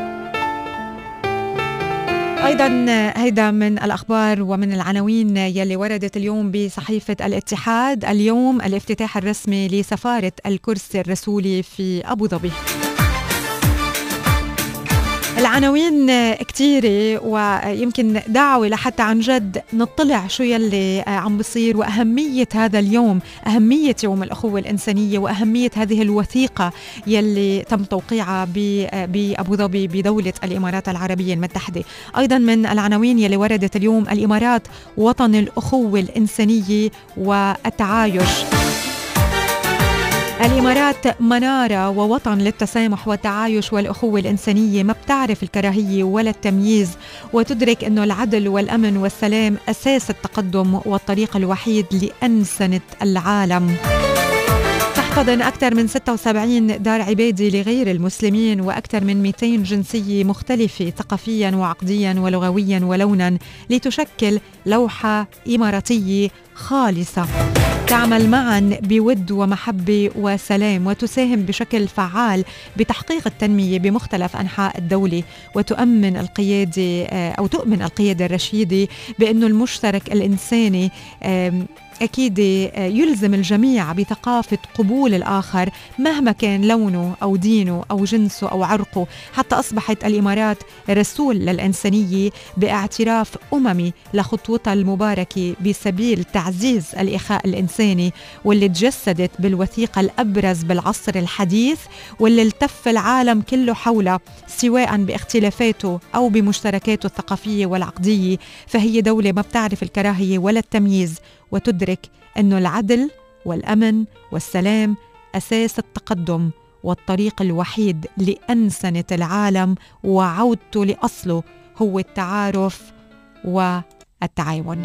أيضا هيدا من الأخبار ومن العناوين يلي وردت اليوم بصحيفة الاتحاد. اليوم الافتتاح الرسمي لسفارة الكرسي الرسولي في أبو ظبي. العناوين كتيرة، ويمكن دعوة لحتى عن جد نطلع شو يلي عم بصير وأهمية هذا اليوم، أهمية يوم الأخوة الإنسانية، وأهمية هذه الوثيقة يلي تم توقيعها بأبو ظبي بدولة الإمارات العربية المتحدة. أيضا من العناوين يلي وردت اليوم: الإمارات وطن الأخوة الإنسانية والتعايش. الإمارات منارة ووطن للتسامح والتعايش والأخوة الإنسانية، ما بتعرف الكراهية ولا التمييز، وتدرك أنه العدل والأمن والسلام أساس التقدم والطريق الوحيد لأنسنة العالم. تحتضن أكثر من ستة وسبعين دار عبادة لغير المسلمين وأكثر من مئتين جنسية مختلفة ثقافيا وعقديا ولغويا ولونا، لتشكل لوحة إماراتية خالصة تعمل معا بود ومحبة وسلام، وتساهم بشكل فعال بتحقيق التنمية بمختلف أنحاء الدولة، وتؤمن القيادة أو تؤمن القيادة الرشيدة بأنه المشترك الإنساني أكيد يلزم الجميع بثقافة قبول الآخر مهما كان لونه أو دينه أو جنسه أو عرقه. حتى أصبحت الإمارات رسول للإنسانية باعتراف أممي لخطوتها المباركة بسبيل تعزيز الإخاء الإنساني، واللي تجسدت بالوثيقة الأبرز بالعصر الحديث، واللي التف العالم كله حولها سواء باختلافاته أو بمشتركاته الثقافية والعقدية. فهي دولة ما بتعرف الكراهية ولا التمييز، وتدرك أنه العدل والأمن والسلام أساس التقدم والطريق الوحيد لأنسنة العالم وعودته لأصله هو التعارف والتعاون.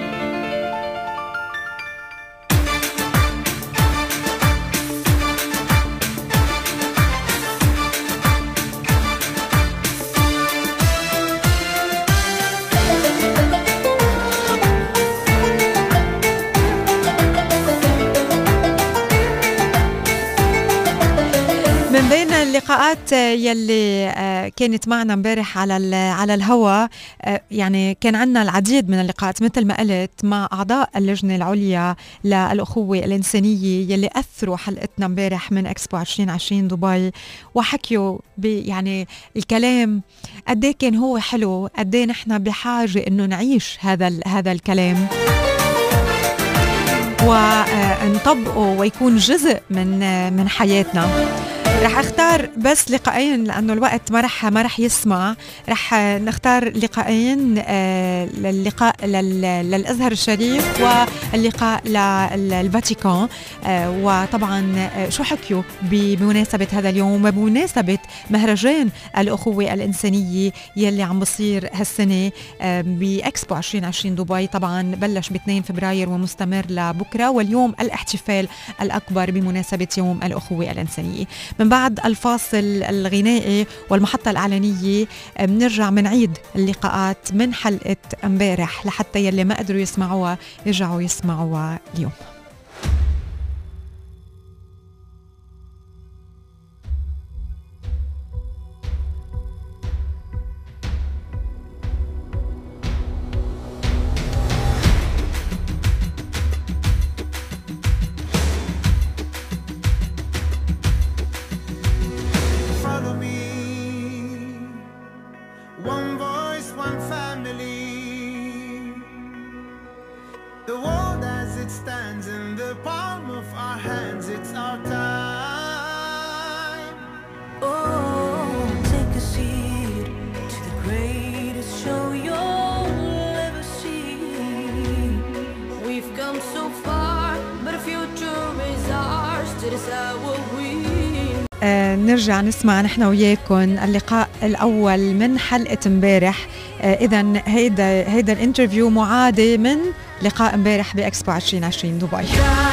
من بين اللقاءات يلي كانت معنا امبارح على على الهواء، يعني كان عندنا العديد من اللقاءات مثل ما قلت مع أعضاء اللجنة العليا للأخوة الإنسانية يلي أثروا حلقتنا امبارح من إكسبو عشرين عشرين دبي، وحكيوا يعني الكلام قد ايه كان هو حلو، قد ايه نحن بحاجة إنه نعيش هذا هذا الكلام. ونطبقه ويكون جزء من من حياتنا. رح اختار بس لقاءين لانه الوقت ما رح ما رح يسمع. رح نختار لقاءين، للقاء للازهر الشريف واللقاء للفاتيكان، وطبعا شو حكيوا بمناسبه هذا اليوم وبمناسبه مهرجان الاخوه الانسانيه يلي عم بصير هالسنه باكسبو عشرين عشرين دبي. طبعا بلش ب اثنين فبراير ومستمر لبكره، واليوم الاحتفال الاكبر بمناسبه يوم الاخوه الانسانيه. من بعد الفاصل الغنائي والمحطة الإعلانية بنرجع منعيد اللقاءات من حلقة امبارح لحتى يلي ما قدروا يسمعوها يرجعوا يسمعوها اليوم. نرجع نسمع نحن وياكم اللقاء الأول من حلقة امبارح. إذا هيدا هيدا الانترفيو معادي من لقاء امبارح بإكسبو عشرين عشرين دبي.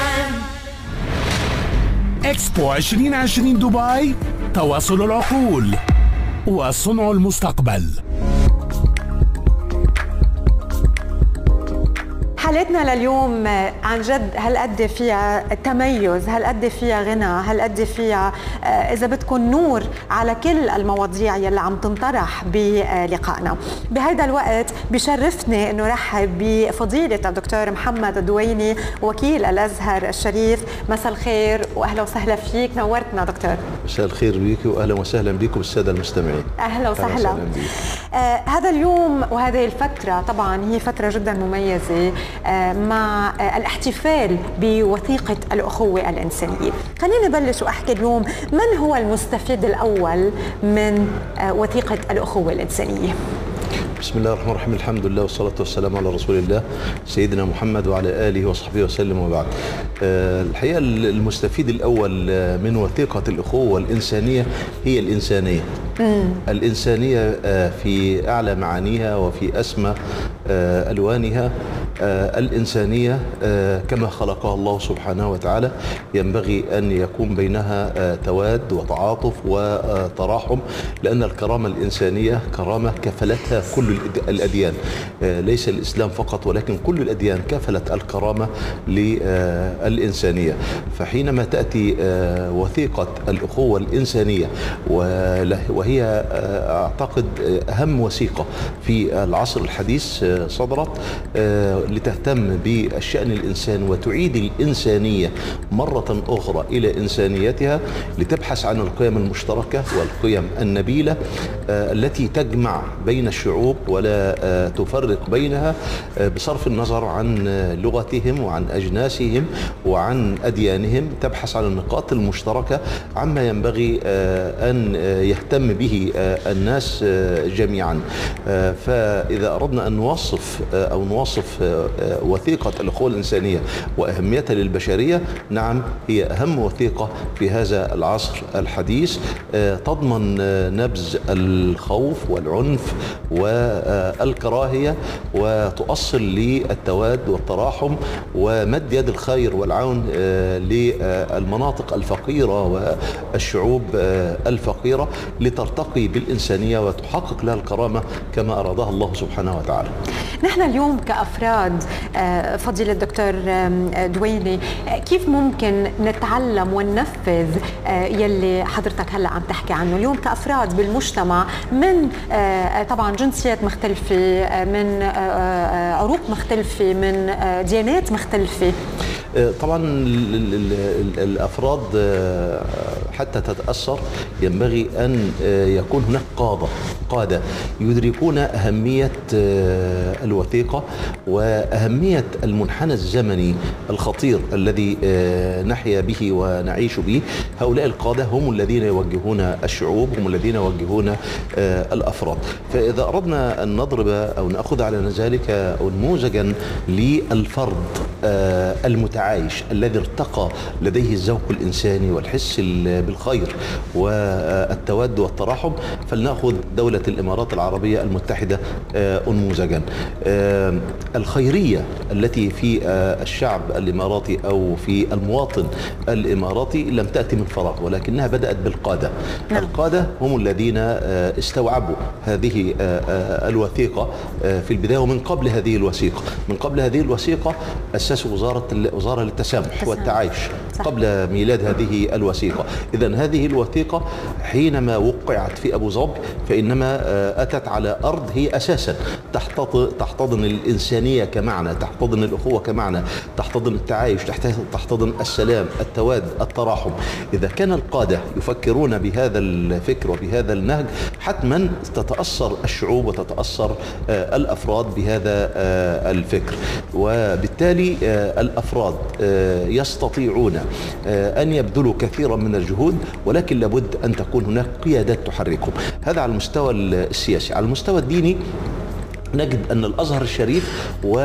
إكسبو عشرين عشرين دبي، تواصل العقول وصنع المستقبل. حلقتنا لليوم عن جد هالقد فيها تميز، هالقد فيها غنى، هالقد فيها إذا بدكم نور على كل المواضيع يلي عم تنطرح بلقائنا. بهذا الوقت بشرفني إنه رحب بفضيلة الدكتور محمد الدويني وكيل الأزهر الشريف. مساء الخير وأهلا وسهلا فيك، نورتنا دكتور. مساء الخير بيك وأهلا وسهلا بكم السادة المستمعين. أهلا وسهلا. أهلا آه هذا اليوم وهذه الفترة طبعا هي فترة جدا مميزة مع الاحتفال بوثيقة الأخوة الإنسانية. خليني أبلش وأحكي اليوم من هو المستفيد الأول من وثيقة الأخوة الإنسانية؟ بسم الله الرحمن الرحيم، الحمد لله والصلاة والسلام على رسول الله سيدنا محمد وعلى آله وصحبه وسلم وبعد. الحقيقة المستفيد الأول من وثيقة الأخوة الإنسانية هي الإنسانية. مم. الإنسانية في أعلى معانيها وفي أسمى ألوانها. الإنسانية كما خلقها الله سبحانه وتعالى ينبغي أن يكون بينها تواد وتعاطف وتراحم، لأن الكرامة الإنسانية كرامة كفلتها كل الأديان، ليس الإسلام فقط ولكن كل الأديان كفلت الكرامة للإنسانية. فحينما تأتي وثيقة الأخوة الإنسانية وهي أعتقد أهم وثيقة في العصر الحديث صدرت لتهتم بالشأن الإنسان وتعيد الإنسانية مرة أخرى إلى إنسانيتها، لتبحث عن القيم المشتركة والقيم النبيلة التي تجمع بين الشعوب ولا تفرق بينها بصرف النظر عن لغتهم وعن أجناسهم وعن أديانهم. تبحث عن النقاط المشتركة عما ينبغي أن يهتم به الناس جميعا. فإذا أردنا أن نوصف أو نوصف وثيقة الأخوة الإنسانية وأهميتها للبشرية، نعم هي أهم وثيقة في هذا العصر الحديث، تضمن نبذ الخوف والعنف والكراهية وتؤصل للتواد والتراحم ومد يد الخير والعون للمناطق الفقيرة والشعوب الفقيرة لترتقي بالإنسانية وتحقق لها الكرامة كما أرادها الله سبحانه وتعالى. نحن اليوم كأفراد فضيلة الدكتور دويني كيف ممكن نتعلم وننفذ يلي حضرتك هلأ عم تحكي عنه اليوم كأفراد بالمجتمع من طبعا جنسيات مختلفة، من عروق مختلفة، من ديانات مختلفة؟ طبعا الأفراد حتى تتأثر ينبغي أن يكون هناك قادة القادة يدركون أهمية الوثيقة وأهمية المنحنى الزمني الخطير الذي نحيا به ونعيش به. هؤلاء القادة هم الذين يوجهون الشعوب، هم الذين يوجهون الأفراد. فإذا أردنا أن نضرب أو نأخذ على ذلك نموذجا للفرد المتعايش الذي ارتقى لديه الذوق الإنساني والحس بالخير والتود والتراحم، فلنأخذ دولة الإمارات العربية المتحدة نموذجا. الخيرية التي في الشعب الإماراتي أو في المواطن الإماراتي لم تأتي من فراغ، ولكنها بدأت بالقادة. نعم. القادة هم الذين استوعبوا هذه الوثيقة في البداية، ومن قبل هذه الوثيقة من قبل هذه الوثيقة أسسوا وزارة وزارة للتسامح والتعايش قبل ميلاد هذه الوثيقة. إذن هذه الوثيقة حينما وقعت في أبو ظبي فإنما أتت على أرض هي أساسا تحتضن الإنسانية كمعنى، تحتضن الأخوة كمعنى، تحتضن التعايش، تحتضن السلام، التواد، التراحم. إذا كان القادة يفكرون بهذا الفكر وبهذا النهج حتما تتأثر الشعوب وتتأثر الأفراد بهذا الفكر، وبالتالي الأفراد يستطيعون أن يبذلوا كثيرا من الجهود، ولكن لابد أن تكون هناك قيادات تحركهم. هذا على المستوى السياسي. على المستوى الديني نجد أن الأزهر الشريف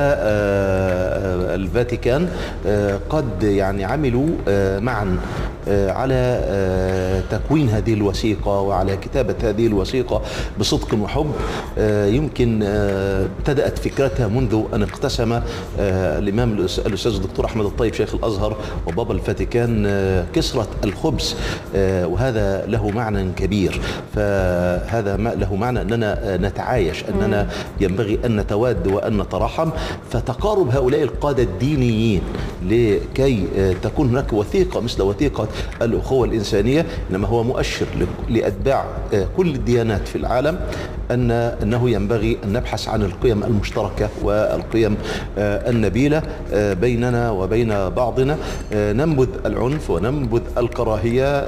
والفاتيكان قد يعني عملوا معا على تكوين هذه الوثيقة وعلى كتابة هذه الوثيقة بصدق وحب. يمكن ابتدأت فكرتها منذ أن اقتسم الإمام الأستاذ الدكتور أحمد الطيب شيخ الأزهر وبابا الفاتيكان كسرة الخبز، وهذا له معنى كبير. فهذا له معنى أننا نتعايش، أننا ينبغي أن نتواد وأن نتراحم. فتقارب هؤلاء القادة الدينيين لكي تكون هناك وثيقة مثل وثيقة الأخوة الإنسانية إنما هو مؤشر لأتباع كل الديانات في العالم أن أنه ينبغي أن نبحث عن القيم المشتركة والقيم النبيلة بيننا وبين بعضنا، ننبذ العنف وننبذ الكراهية،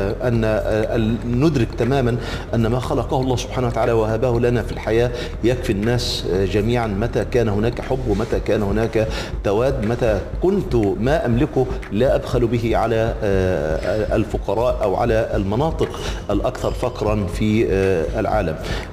أن ندرك تماما أن ما خلقه الله سبحانه وتعالى وهبه لنا في الحياة يكفي الناس جميعا، متى كان هناك حب ومتى كان هناك تواد، متى كنت ما أملكه لا أبخل به على الفقراء أو على المناطق الأكثر فقرا في العالم.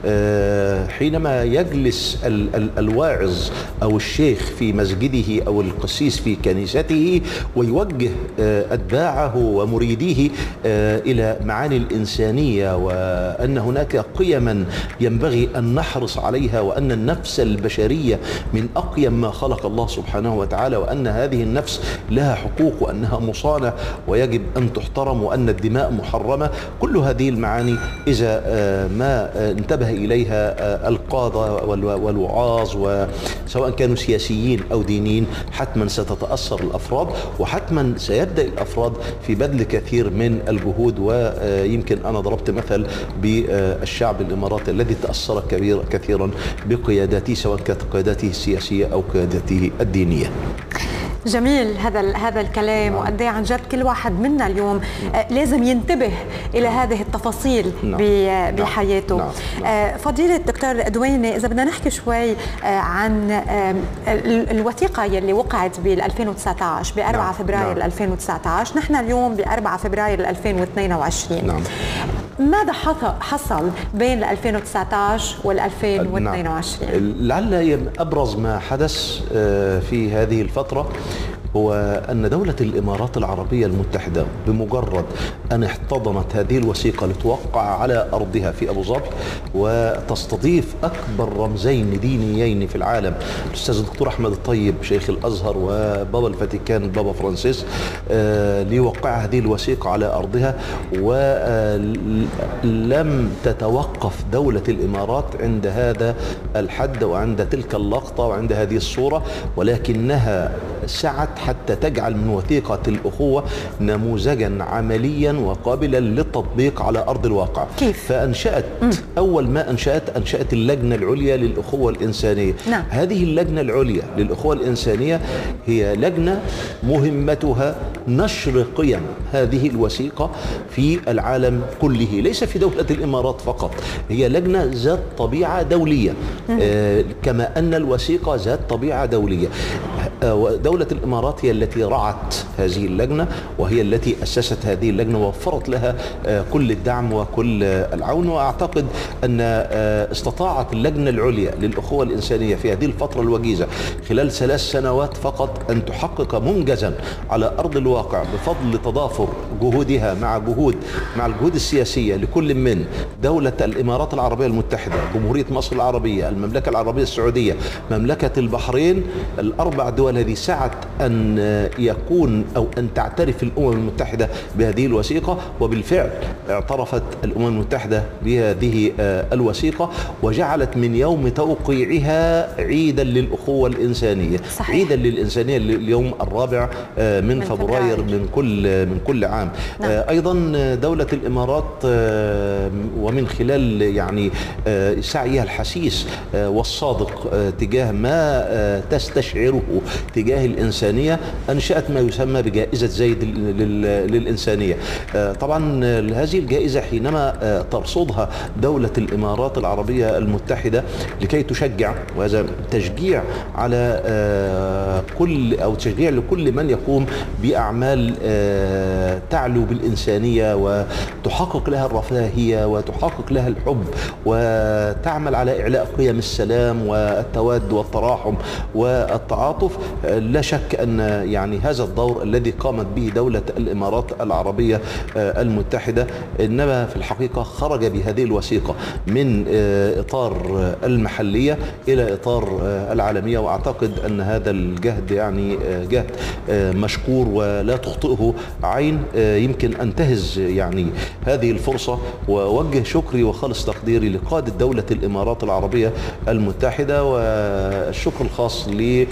حينما يجلس الواعظ أو الشيخ في مسجده أو القسيس في كنيسته ويوجه أتباعه ومريديه إلى معاني الإنسانية، وأن هناك قيما ينبغي أن نحرص عليها، وأن النفس البشرية من أقيم ما خلق الله سبحانه وتعالى، وأن هذه النفس لها حقوق وأنها مصانة ويجب أن تحترم، وأن الدماء محرمة. كل هذه المعاني إذا ما انتبه إليها القادة والوعاظ وسواء كانوا سياسيين أو دينيين حتما ستتأثر الأفراد، وحتما سيبدأ الأفراد في بذل كثير من الجهود. ويمكن أنا ضربت مثل بالشعب الإماراتي الذي تأثر كبير كثيرا بقياداته سواء كانت قياداته السياسية أو قياداته الدينية. جميل هذا هذا الكلام، وقد ايه عن جد كل واحد منا اليوم لازم ينتبه الى هذه التفاصيل بحياته. نعم. نعم. فضيلة الدكتور دويني، اذا بدنا نحكي شوي عن الوثيقه يلي وقعت بال ألفين وتسعة عشر ب أربعة فبراير نعم. ألفين وتسعة عشر، نحن اليوم ب أربعة فبراير ألفين واثنين وعشرين. نعم. ماذا حصل بين ألفين وتسعة عشر وال ألفين واثنين وعشرين؟ لعل ابرز ما حدث في هذه الفترة هو أن دولة الإمارات العربية المتحدة بمجرد أن احتضنت هذه الوثيقة لتوقع على أرضها في أبو ظبي وتستضيف أكبر رمزين دينيين في العالم، الأستاذ الدكتور أحمد الطيب شيخ الأزهر وبابا الفاتيكان بابا فرانسيس، ليوقع هذه الوثيقة على أرضها. ولم تتوقف دولة الإمارات عند هذا الحد وعند تلك اللقطة وعند هذه الصورة، ولكنها سعت حتى تجعل من وثيقة الأخوة نموذجا عمليا وقابلا للتطبيق على أرض الواقع. كيف؟ فأنشأت م. أول ما أنشأت أنشأت اللجنة العليا للأخوة الإنسانية. نعم. هذه اللجنة العليا للأخوة الإنسانية هي لجنة مهمتها نشر قيم هذه الوثيقة في العالم كله، ليس في دولة الإمارات فقط. هي لجنة ذات طبيعة دولية آه كما أن الوثيقة ذات طبيعة دولية. آه دولة الإمارات هي التي رعت هذه اللجنة، وهي التي أسست هذه اللجنة ووفرت لها آه كل الدعم وكل آه العون. وأعتقد أن آه استطاعت اللجنة العليا للأخوة الإنسانية في هذه الفترة الوجيزة خلال ثلاث سنوات فقط أن تحقق منجزا على أرض الواقع بفضل تضافر جهودها مع جهود مع الجهود السياسية لكل من دولة الإمارات العربية المتحدة، جمهورية مصر العربية، المملكة العربية السعودية، مملكة البحرين. الأربع دول هذه سعت أن يكون أو أن تعترف الأمم المتحدة بهذه الوثيقة، وبالفعل اعترفت الأمم المتحدة بهذه الوثيقة وجعلت من يوم توقيعها عيدا للأخوة الإنسانية. صحيح. عيدا للإنسانية اليوم الرابع من, من فبراير من كل من كل عام. نعم. أيضا دولة الإمارات ومن خلال يعني سعيها الحثيث والصادق تجاه ما تستشعره تجاه الإنسانية أنشأت ما يسمى بجائزة زايد للإنسانية. طبعا هذه الجائزة حينما ترصدها دولة الإمارات العربية المتحدة لكي تشجع، وهذا تشجيع على كل أو تشجيع لكل من يقوم بأعمال تعلو بالإنسانية وتحقق لها الرفاهية وتحقق لها الحب وتعمل على إعلاء قيم السلام والتواد والتراحم والتعاطف. لا شك أن يعني هذا الدور الذي قامت به دولة الإمارات العربية المتحدة إنما في الحقيقة خرج بهذه الوثيقة من إطار المحلية إلى إطار العالمية. وأعتقد أن هذا الجهد يعني جهد مشكور ولا تخطئه عين. يمكن أنتهز يعني هذه الفرصة ووجه شكري وخالص تقديري لقادة دولة الإمارات العربية المتحدة، والشكر الخاص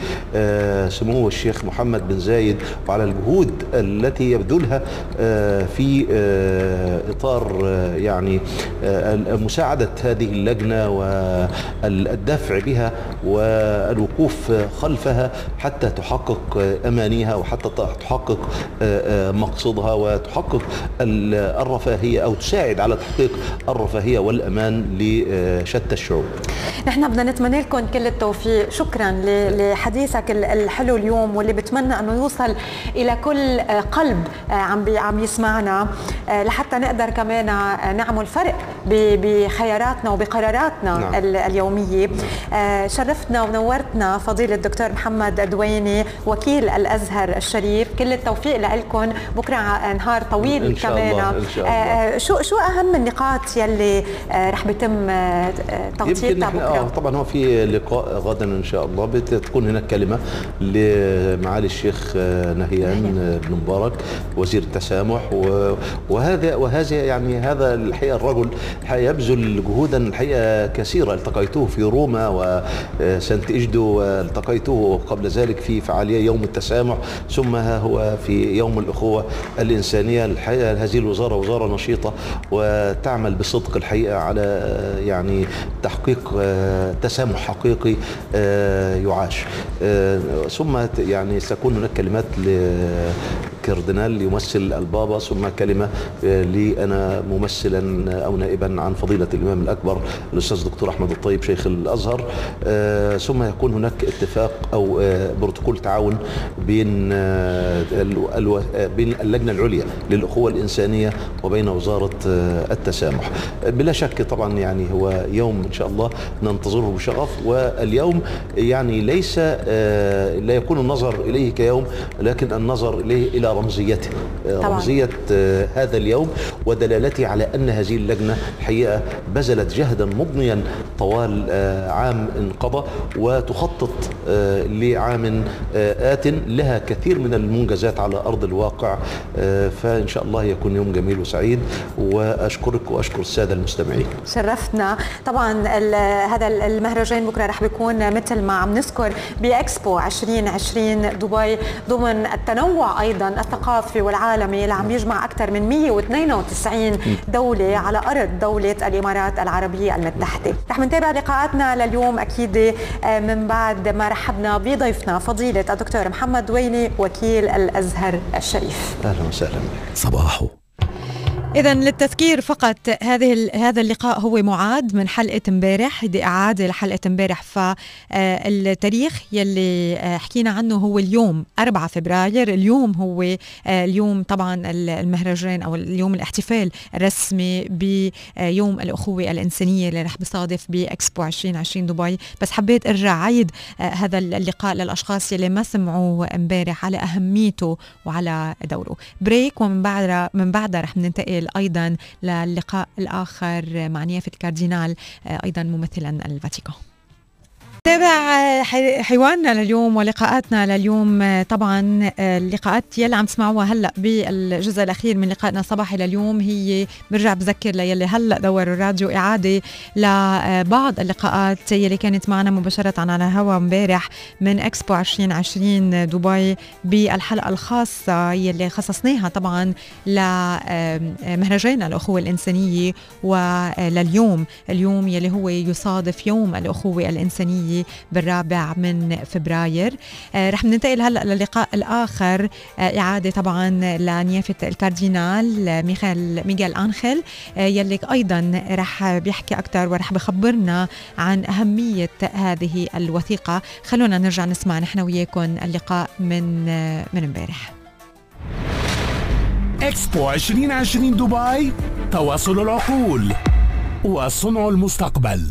لسمو الشيخ محمد بن زايد وعلى الجهود التي يبذلها في إطار يعني مساعدة هذه اللجنة والدفع بها والوقوف خلفها حتى تحقق أمانيها وحتى تحقق مقصدها وتحقق الرفاهية أو تساعد على تحقيق الرفاهية والأمان لشتى الشعوب. نحن بدنا نتمنى لكم كل التوفيق. شكرا لحديثك الحلو اليوم واللي بتمنى أنه يوصل إلى كل قلب عم عم يسمعنا لحتى نقدر كمان نعمل فرق بخياراتنا وبقراراتنا. نعم. اليومية. شرفتنا ونورتنا فضيلة الدكتور محمد دويني وكيل الأزهر الشريف. كل التوفيق لكم. بكرة نهار طويل إن شاء كمان الله. إن شاء الله. شو شو أهم النقاط يلي رح بيتم تغطيتها بكرة؟ طبعا هو في لقاء غدا إن شاء الله بتكون هناك كلمة لمعالي الشيخ نهيان بن مبارك وزير التسامح، وهذا وهذا يعني هذا الحقيقة الرجل يبذل جهودا الحقيقة كثيرة. التقيته في روما وسانت إجدو، والتقيته قبل ذلك في فعالية يوم التسامح، ثم ها هو في يوم الأخوة الإنسانية. الحقيقة هذه الوزارة وزارة نشيطة وتعمل بصدق الحقيقة على يعني تحقيق تسامح حقيقي يعاش. ثم يعني ستكون هناك كلمات لكاردينال يمثل البابا، ثم كلمة لي أنا ممثلا أو نائبا عن فضيلة الإمام الأكبر الأستاذ دكتور أحمد الطيب شيخ الأزهر. ثم يكون هناك اتفاق أو بروتوكول تعاون بين بين اللجنة العليا للأخوة الإنسانية وبين وزارة التسامح. بلا شك طبعا يعني هو يوم إن شاء الله ننتظره بشغف، واليوم يعني ليس لا يكون النظر إليه كيوم لكن النظر إليه إلى رمزيته، طبعا. رمزية هذا اليوم ودلالته على أن هذه اللجنة الحقيقة بذلت جهدا مضنيا طوال عام انقضى وتخطط لعام آت لها كثير من المنجزات على أرض الواقع، فإن شاء الله يكون يوم جميل وسعيد، وأشكرك وأشكر السادة المستمعين. شرفتنا. طبعا هذا المهرجان بكرة رح بيكون مثل ما عم نذكر بإكسبو عشرين عشرين دبي ضمن التنوع أيضا الثقافي والعالمي اللي عم يجمع أكثر من مئة واثنين وتسعين دولة على أرض دولة الإمارات العربية المتحدة. رح نتابع لقاءاتنا لليوم أكيد من بعد ما رحبنا بضيفنا فضيلة الدكتور محمد دويني وكيل الأزهر الشريف. أهلا وسهلا. صباحو. إذا للتذكير فقط، هذه هذا اللقاء هو معاد من حلقة امبارح، دي إعادة لحلقة امبارح. فالتاريخ يلي حكينا عنه هو اليوم أربعة فبراير. اليوم هو اليوم طبعا المهرجان أو اليوم الاحتفال الرسمي بيوم الأخوة الإنسانية اللي رح بيصادف بإكسبو عشرين عشرين دبي. بس حبيت أرجع عيد هذا اللقاء للأشخاص يلي ما سمعوا امبارح على أهميته وعلى دوره. بريك ومن بعدها من بعدها رح ننتقل أيضا للقاء الآخر مع نيافة الكاردينال أيضا ممثلا الفاتيكان. تابع حوارنا لليوم ولقاءاتنا لليوم. طبعا اللقاءات يلي عم تسمعوها هلا بالجزء الاخير من لقائنا الصباحي لليوم هي برجع بذكر ليلي هلا دوروا الراديو اعاده لبعض اللقاءات يلي كانت معنا مباشره على الهواء امبارح من اكسبو عشرين عشرين دبي بالحلقه الخاصه يلي خصصناها طبعا لمهرجان الاخوه الانسانيه ولليوم اليوم يلي هو يصادف يوم الاخوه الانسانيه بالرابع من فبراير. آه رح ننتقل هلا للقاء الاخر، آه اعاده طبعا لنيافه الكاردينال ميخيل ميغيل انخيل، آه يلي ايضا رح بيحكي اكثر ورح بخبرنا عن اهميه هذه الوثيقه. خلونا نرجع نسمع نحن وياكم اللقاء من آه من امبارح. اكسبو عشرين عشرين دبي، تواصل العقول وصنع المستقبل.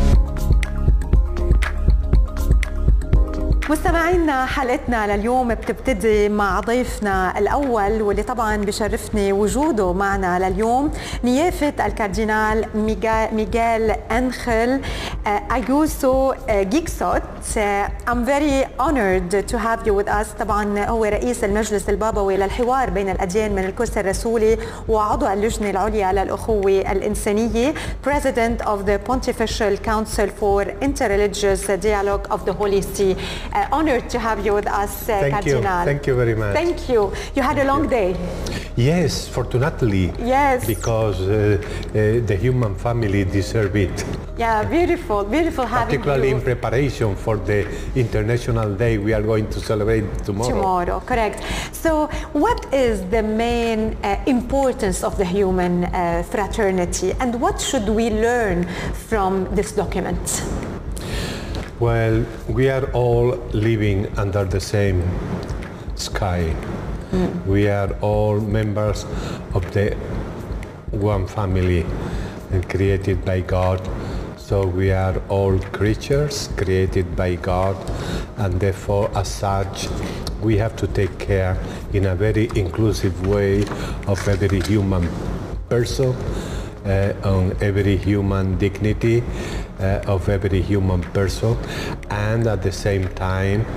مستمعينا، حلقتنا لليوم بتبتدي مع ضيفنا الأول واللي طبعا بشرفني وجوده معنا لليوم، نيافة الكاردينال ميغيل أنخيل أغوستو جيكسوت. I'm very honored to have you with us. طبعا هو رئيس المجلس البابوي للحوار بين الأديان من الكرسي الرسولي وعضو اللجنة العليا للأخوة الإنسانية، President of the Pontifical Council for Interreligious Dialogue of the Holy See. Uh, honored to have you with us, uh, Thank Cardinal. you. Thank you very much. Thank you. You had Thank a long you. day. Yes, fortunately. Yes. Because uh, uh, the human family deserve it. Yeah, beautiful, beautiful having Particularly you. in preparation for the International Day we are going to celebrate tomorrow. Tomorrow, correct. So, what is the main uh, importance of the human uh, fraternity, and what should we learn from this document? Well, we are all living under the same sky. Mm. We are all members of the one family and created by God. So we are all creatures created by God, and therefore as such we have to take care in a very inclusive way of every human person, uh, on every human dignity uh, of every human person, and at the same time uh,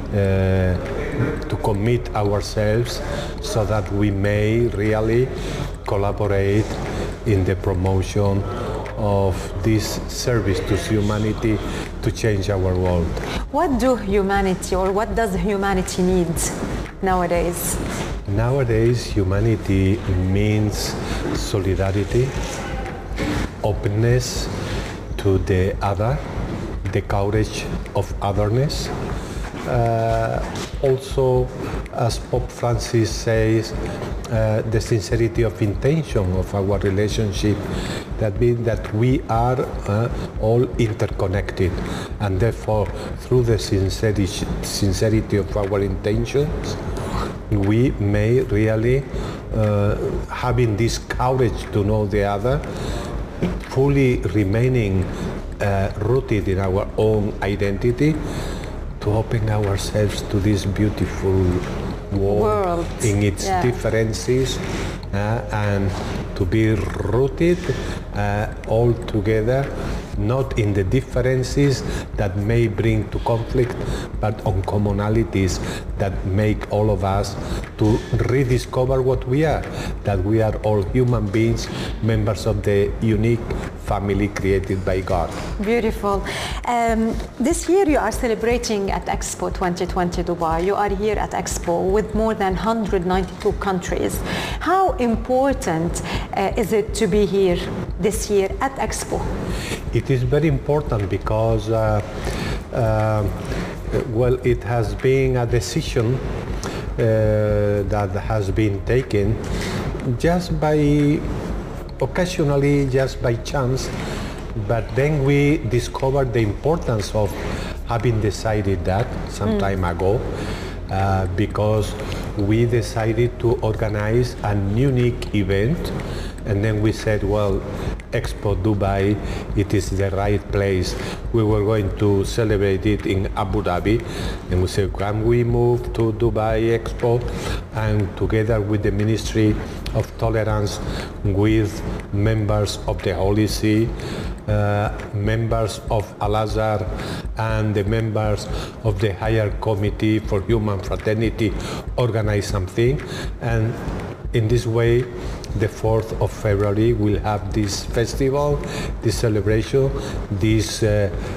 to commit ourselves so that we may really collaborate in the promotion of this service to humanity to change our world. What do humanity or what does humanity need nowadays? Nowadays, humanity means solidarity, openness to the other, the courage of otherness. Uh, also, as Pope Francis says, uh, the sincerity of intention of our relationship, that means that we are uh, all interconnected, and therefore through the sincerity, sincerity of our intentions, we may really, uh, having this courage to know the other, fully remaining uh, rooted in our own identity, to open ourselves to this beautiful world, World. in its Yeah. differences, uh, and to be rooted uh, all together, not in the differences that may bring to conflict, but on commonalities that make all of us to rediscover what we are, that we are all human beings, members of the unique family created by God. Beautiful. Um, this year you are celebrating at Expo twenty twenty Dubai. You are here at Expo with more than one hundred ninety-two countries. How important uh, is it to be here this year at Expo? It is very important because, uh, uh, well, it has been a decision uh, that has been taken just by, occasionally just by chance, but then we discovered the importance of having decided that some mm. time ago, uh, because we decided to organize a unique event. And then we said, well, Expo Dubai, it is the right place. We were going to celebrate it in Abu Dhabi. And we said, can we move to Dubai Expo? And together with the Ministry of Tolerance, with members of the Holy See, uh, members of Al-Azhar, and the members of the Higher Committee for Human Fraternity, organize something. And in this way, the fourth of February we'll have this festival, this celebration, this uh,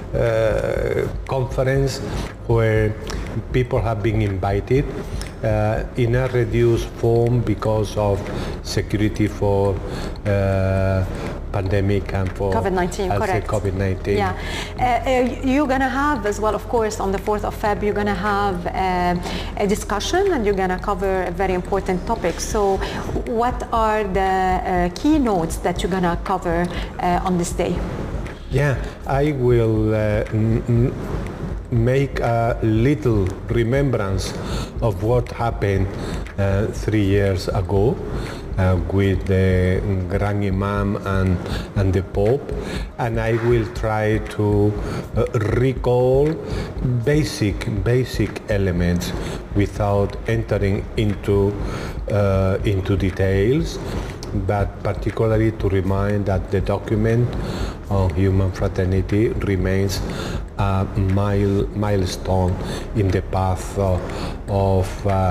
uh, conference where people have been invited uh, in a reduced form because of security for uh, pandemic and for COVID nineteen, correct. COVID nineteen. Yeah. Uh, uh, you're going to have as well, of course, on the fourth of February, you're going to have uh, a discussion and you're going to cover a very important topic. So what are the uh, keynotes that you're going to cover uh, on this day? Yeah, I will uh, m- make a little remembrance of what happened uh, three years ago. Uh, with the Grand Imam and, and the Pope, and I will try to uh, recall basic basic elements without entering into uh, into details, but particularly to remind that the document on human fraternity remains a mile, milestone in the path of, of uh,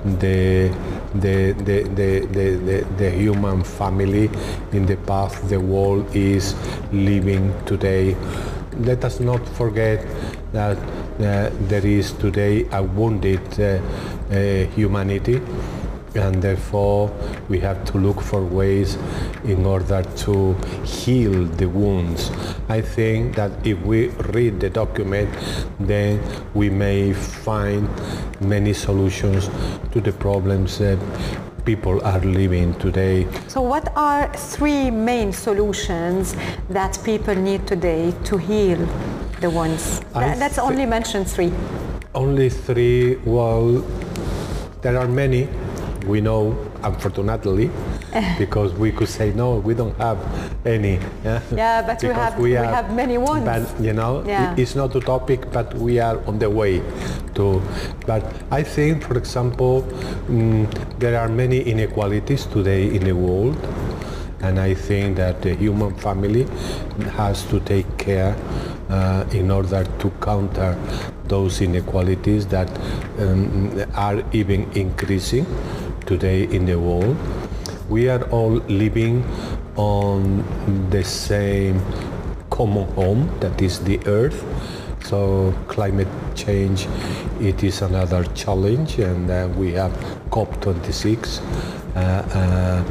the, the, the, the, the, the human family, in the path the world is living today. Let us not forget that uh, there is today a wounded uh, uh, humanity, and therefore we have to look for ways in order to heal the wounds. I think that if we read the document, then we may find many solutions to the problems that people are living today. So what are three main solutions that people need today to heal the wounds? I Let's th- only mention three. Only three. Well, there are many. We know, unfortunately, because we could say no, we don't have any. Yeah, yeah but we have we, are, we have many ones. But you know, yeah. it's not a topic, but we are on the way to. But I think, for example, um, there are many inequalities today in the world, and I think that the human family has to take care uh, in order to counter those inequalities that um, are even increasing today in the world. We are all living on the same common home, that is the earth. So climate change, it is another challenge, and uh, we have COP twenty-six uh, uh,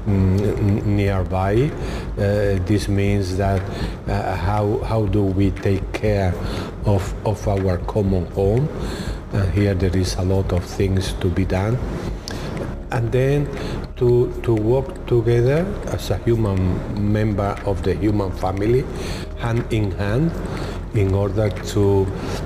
n- nearby. Uh, this means that uh, how, how do we take care of, of our common home? Uh, here there is a lot of things to be done. And then to, to work together as a human member of the human family, hand in hand, in order to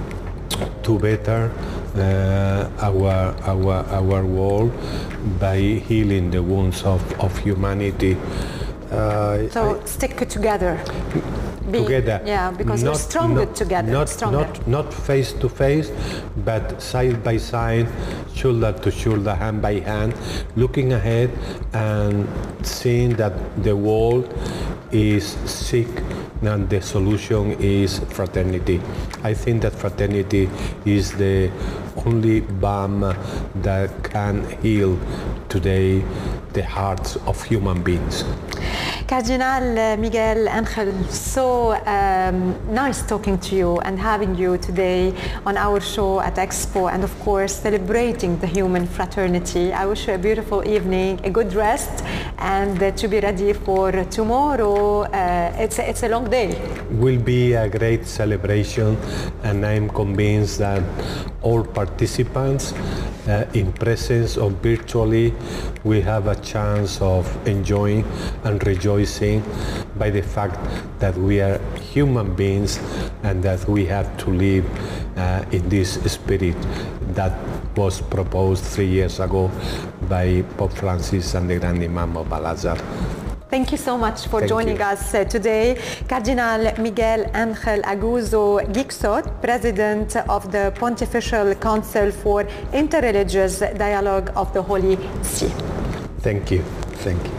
to better uh, our our our world by healing the wounds of, of humanity. Uh, so I, stick together. Be, together. Yeah, because not, we're stronger not, together. Not, stronger. not, not face to face, but side by side, shoulder to shoulder, hand by hand, looking ahead and seeing that the world is sick and the solution is fraternity. I think that fraternity is the only balm that can heal today the hearts of human beings. Cardinal Miguel Angel, so um, nice talking to you and having you today on our show at Expo, and of course celebrating the human fraternity. I wish you a beautiful evening, a good rest, and uh, to be ready for tomorrow. Uh, it's, a, it's a long day. Will be a great celebration, and I'm convinced that all participants uh, in presence or virtually we have a chance of enjoying and rejoicing by the fact that we are human beings and that we have to live uh, in this spirit that was proposed three years ago by Pope Francis and the Grand Imam of Al-Azhar. Thank you so much for Thank joining you. us uh, today. Cardinal Miguel Angel Aguzo Gixot, President of the Pontifical Council for Interreligious Dialogue of the Holy See. Thank you. Thank you.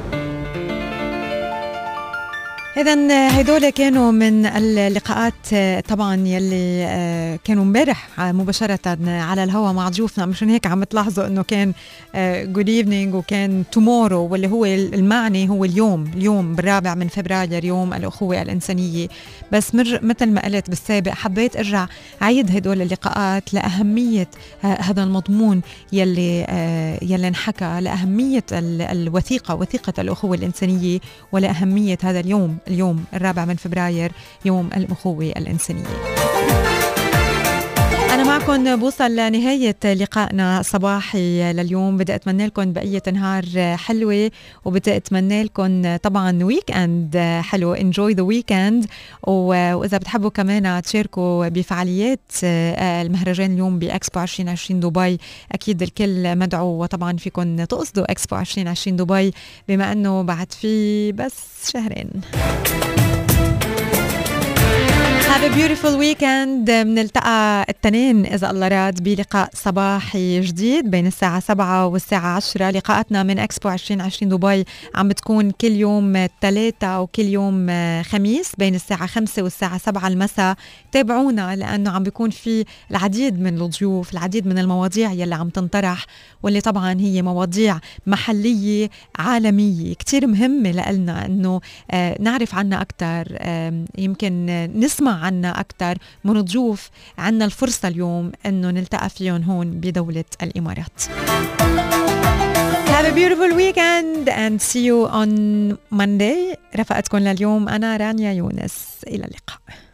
إذن هدول كانوا من اللقاءات طبعا يلي كانوا امبارح مباشرة على الهواء مع ضيوفنا، مشان هيك عم تلاحظوا انه كان جود ايفنينج وكان تومورو، واللي هو المعني هو اليوم، اليوم بالرابع من فبراير يوم الأخوة الإنسانية. بس مثل ما قلت بالسابق حبيت ارجع عيد هدول اللقاءات لأهمية هذا المضمون يلي يلي انحكى، لأهمية الوثيقة، وثيقة الأخوة الإنسانية، ولأهمية هذا اليوم، اليوم الرابع من فبراير يوم الأخوة الإنسانية. أنا معكم بوصل لنهاية لقائنا الصباحي لليوم. بدي أتمنى لكم بقية نهار حلوة، وبدي أتمنى لكم طبعا ويك أند حلو، enjoy the weekend. وإذا بتحبوا كمان تشاركوا بفعاليات المهرجان اليوم بإكسبو عشرين عشرين دبي، أكيد الكل مدعو، وطبعا فيكم تقصدوا إكسبو عشرين عشرين دبي بما أنه بعد في بس شهرين. Have a beautiful weekend. بنلتقى التنين إذا الله راد بلقاء صباحي جديد بين الساعة سبعة والساعة عشرة. لقاءاتنا من إكسبو عشرين عشرين دبي عم بتكون كل يوم ثلاثة وكل يوم خميس بين الساعة خمسة والساعة سبعة المساء. تابعونا لأنه عم بيكون في العديد من الضيوف، العديد من المواضيع يلي عم تنطرح، واللي طبعا هي مواضيع محلية عالمية كتير مهمة لنا أنه نعرف عنها أكتر، يمكن نسمع عنا أكتر من ضيوف. عنا الفرصة اليوم أنه نلتقى فيهم هون بدولة الإمارات. Have a beautiful weekend and see you on Monday. رفقتكم لليوم أنا رانيا يونس، إلى اللقاء.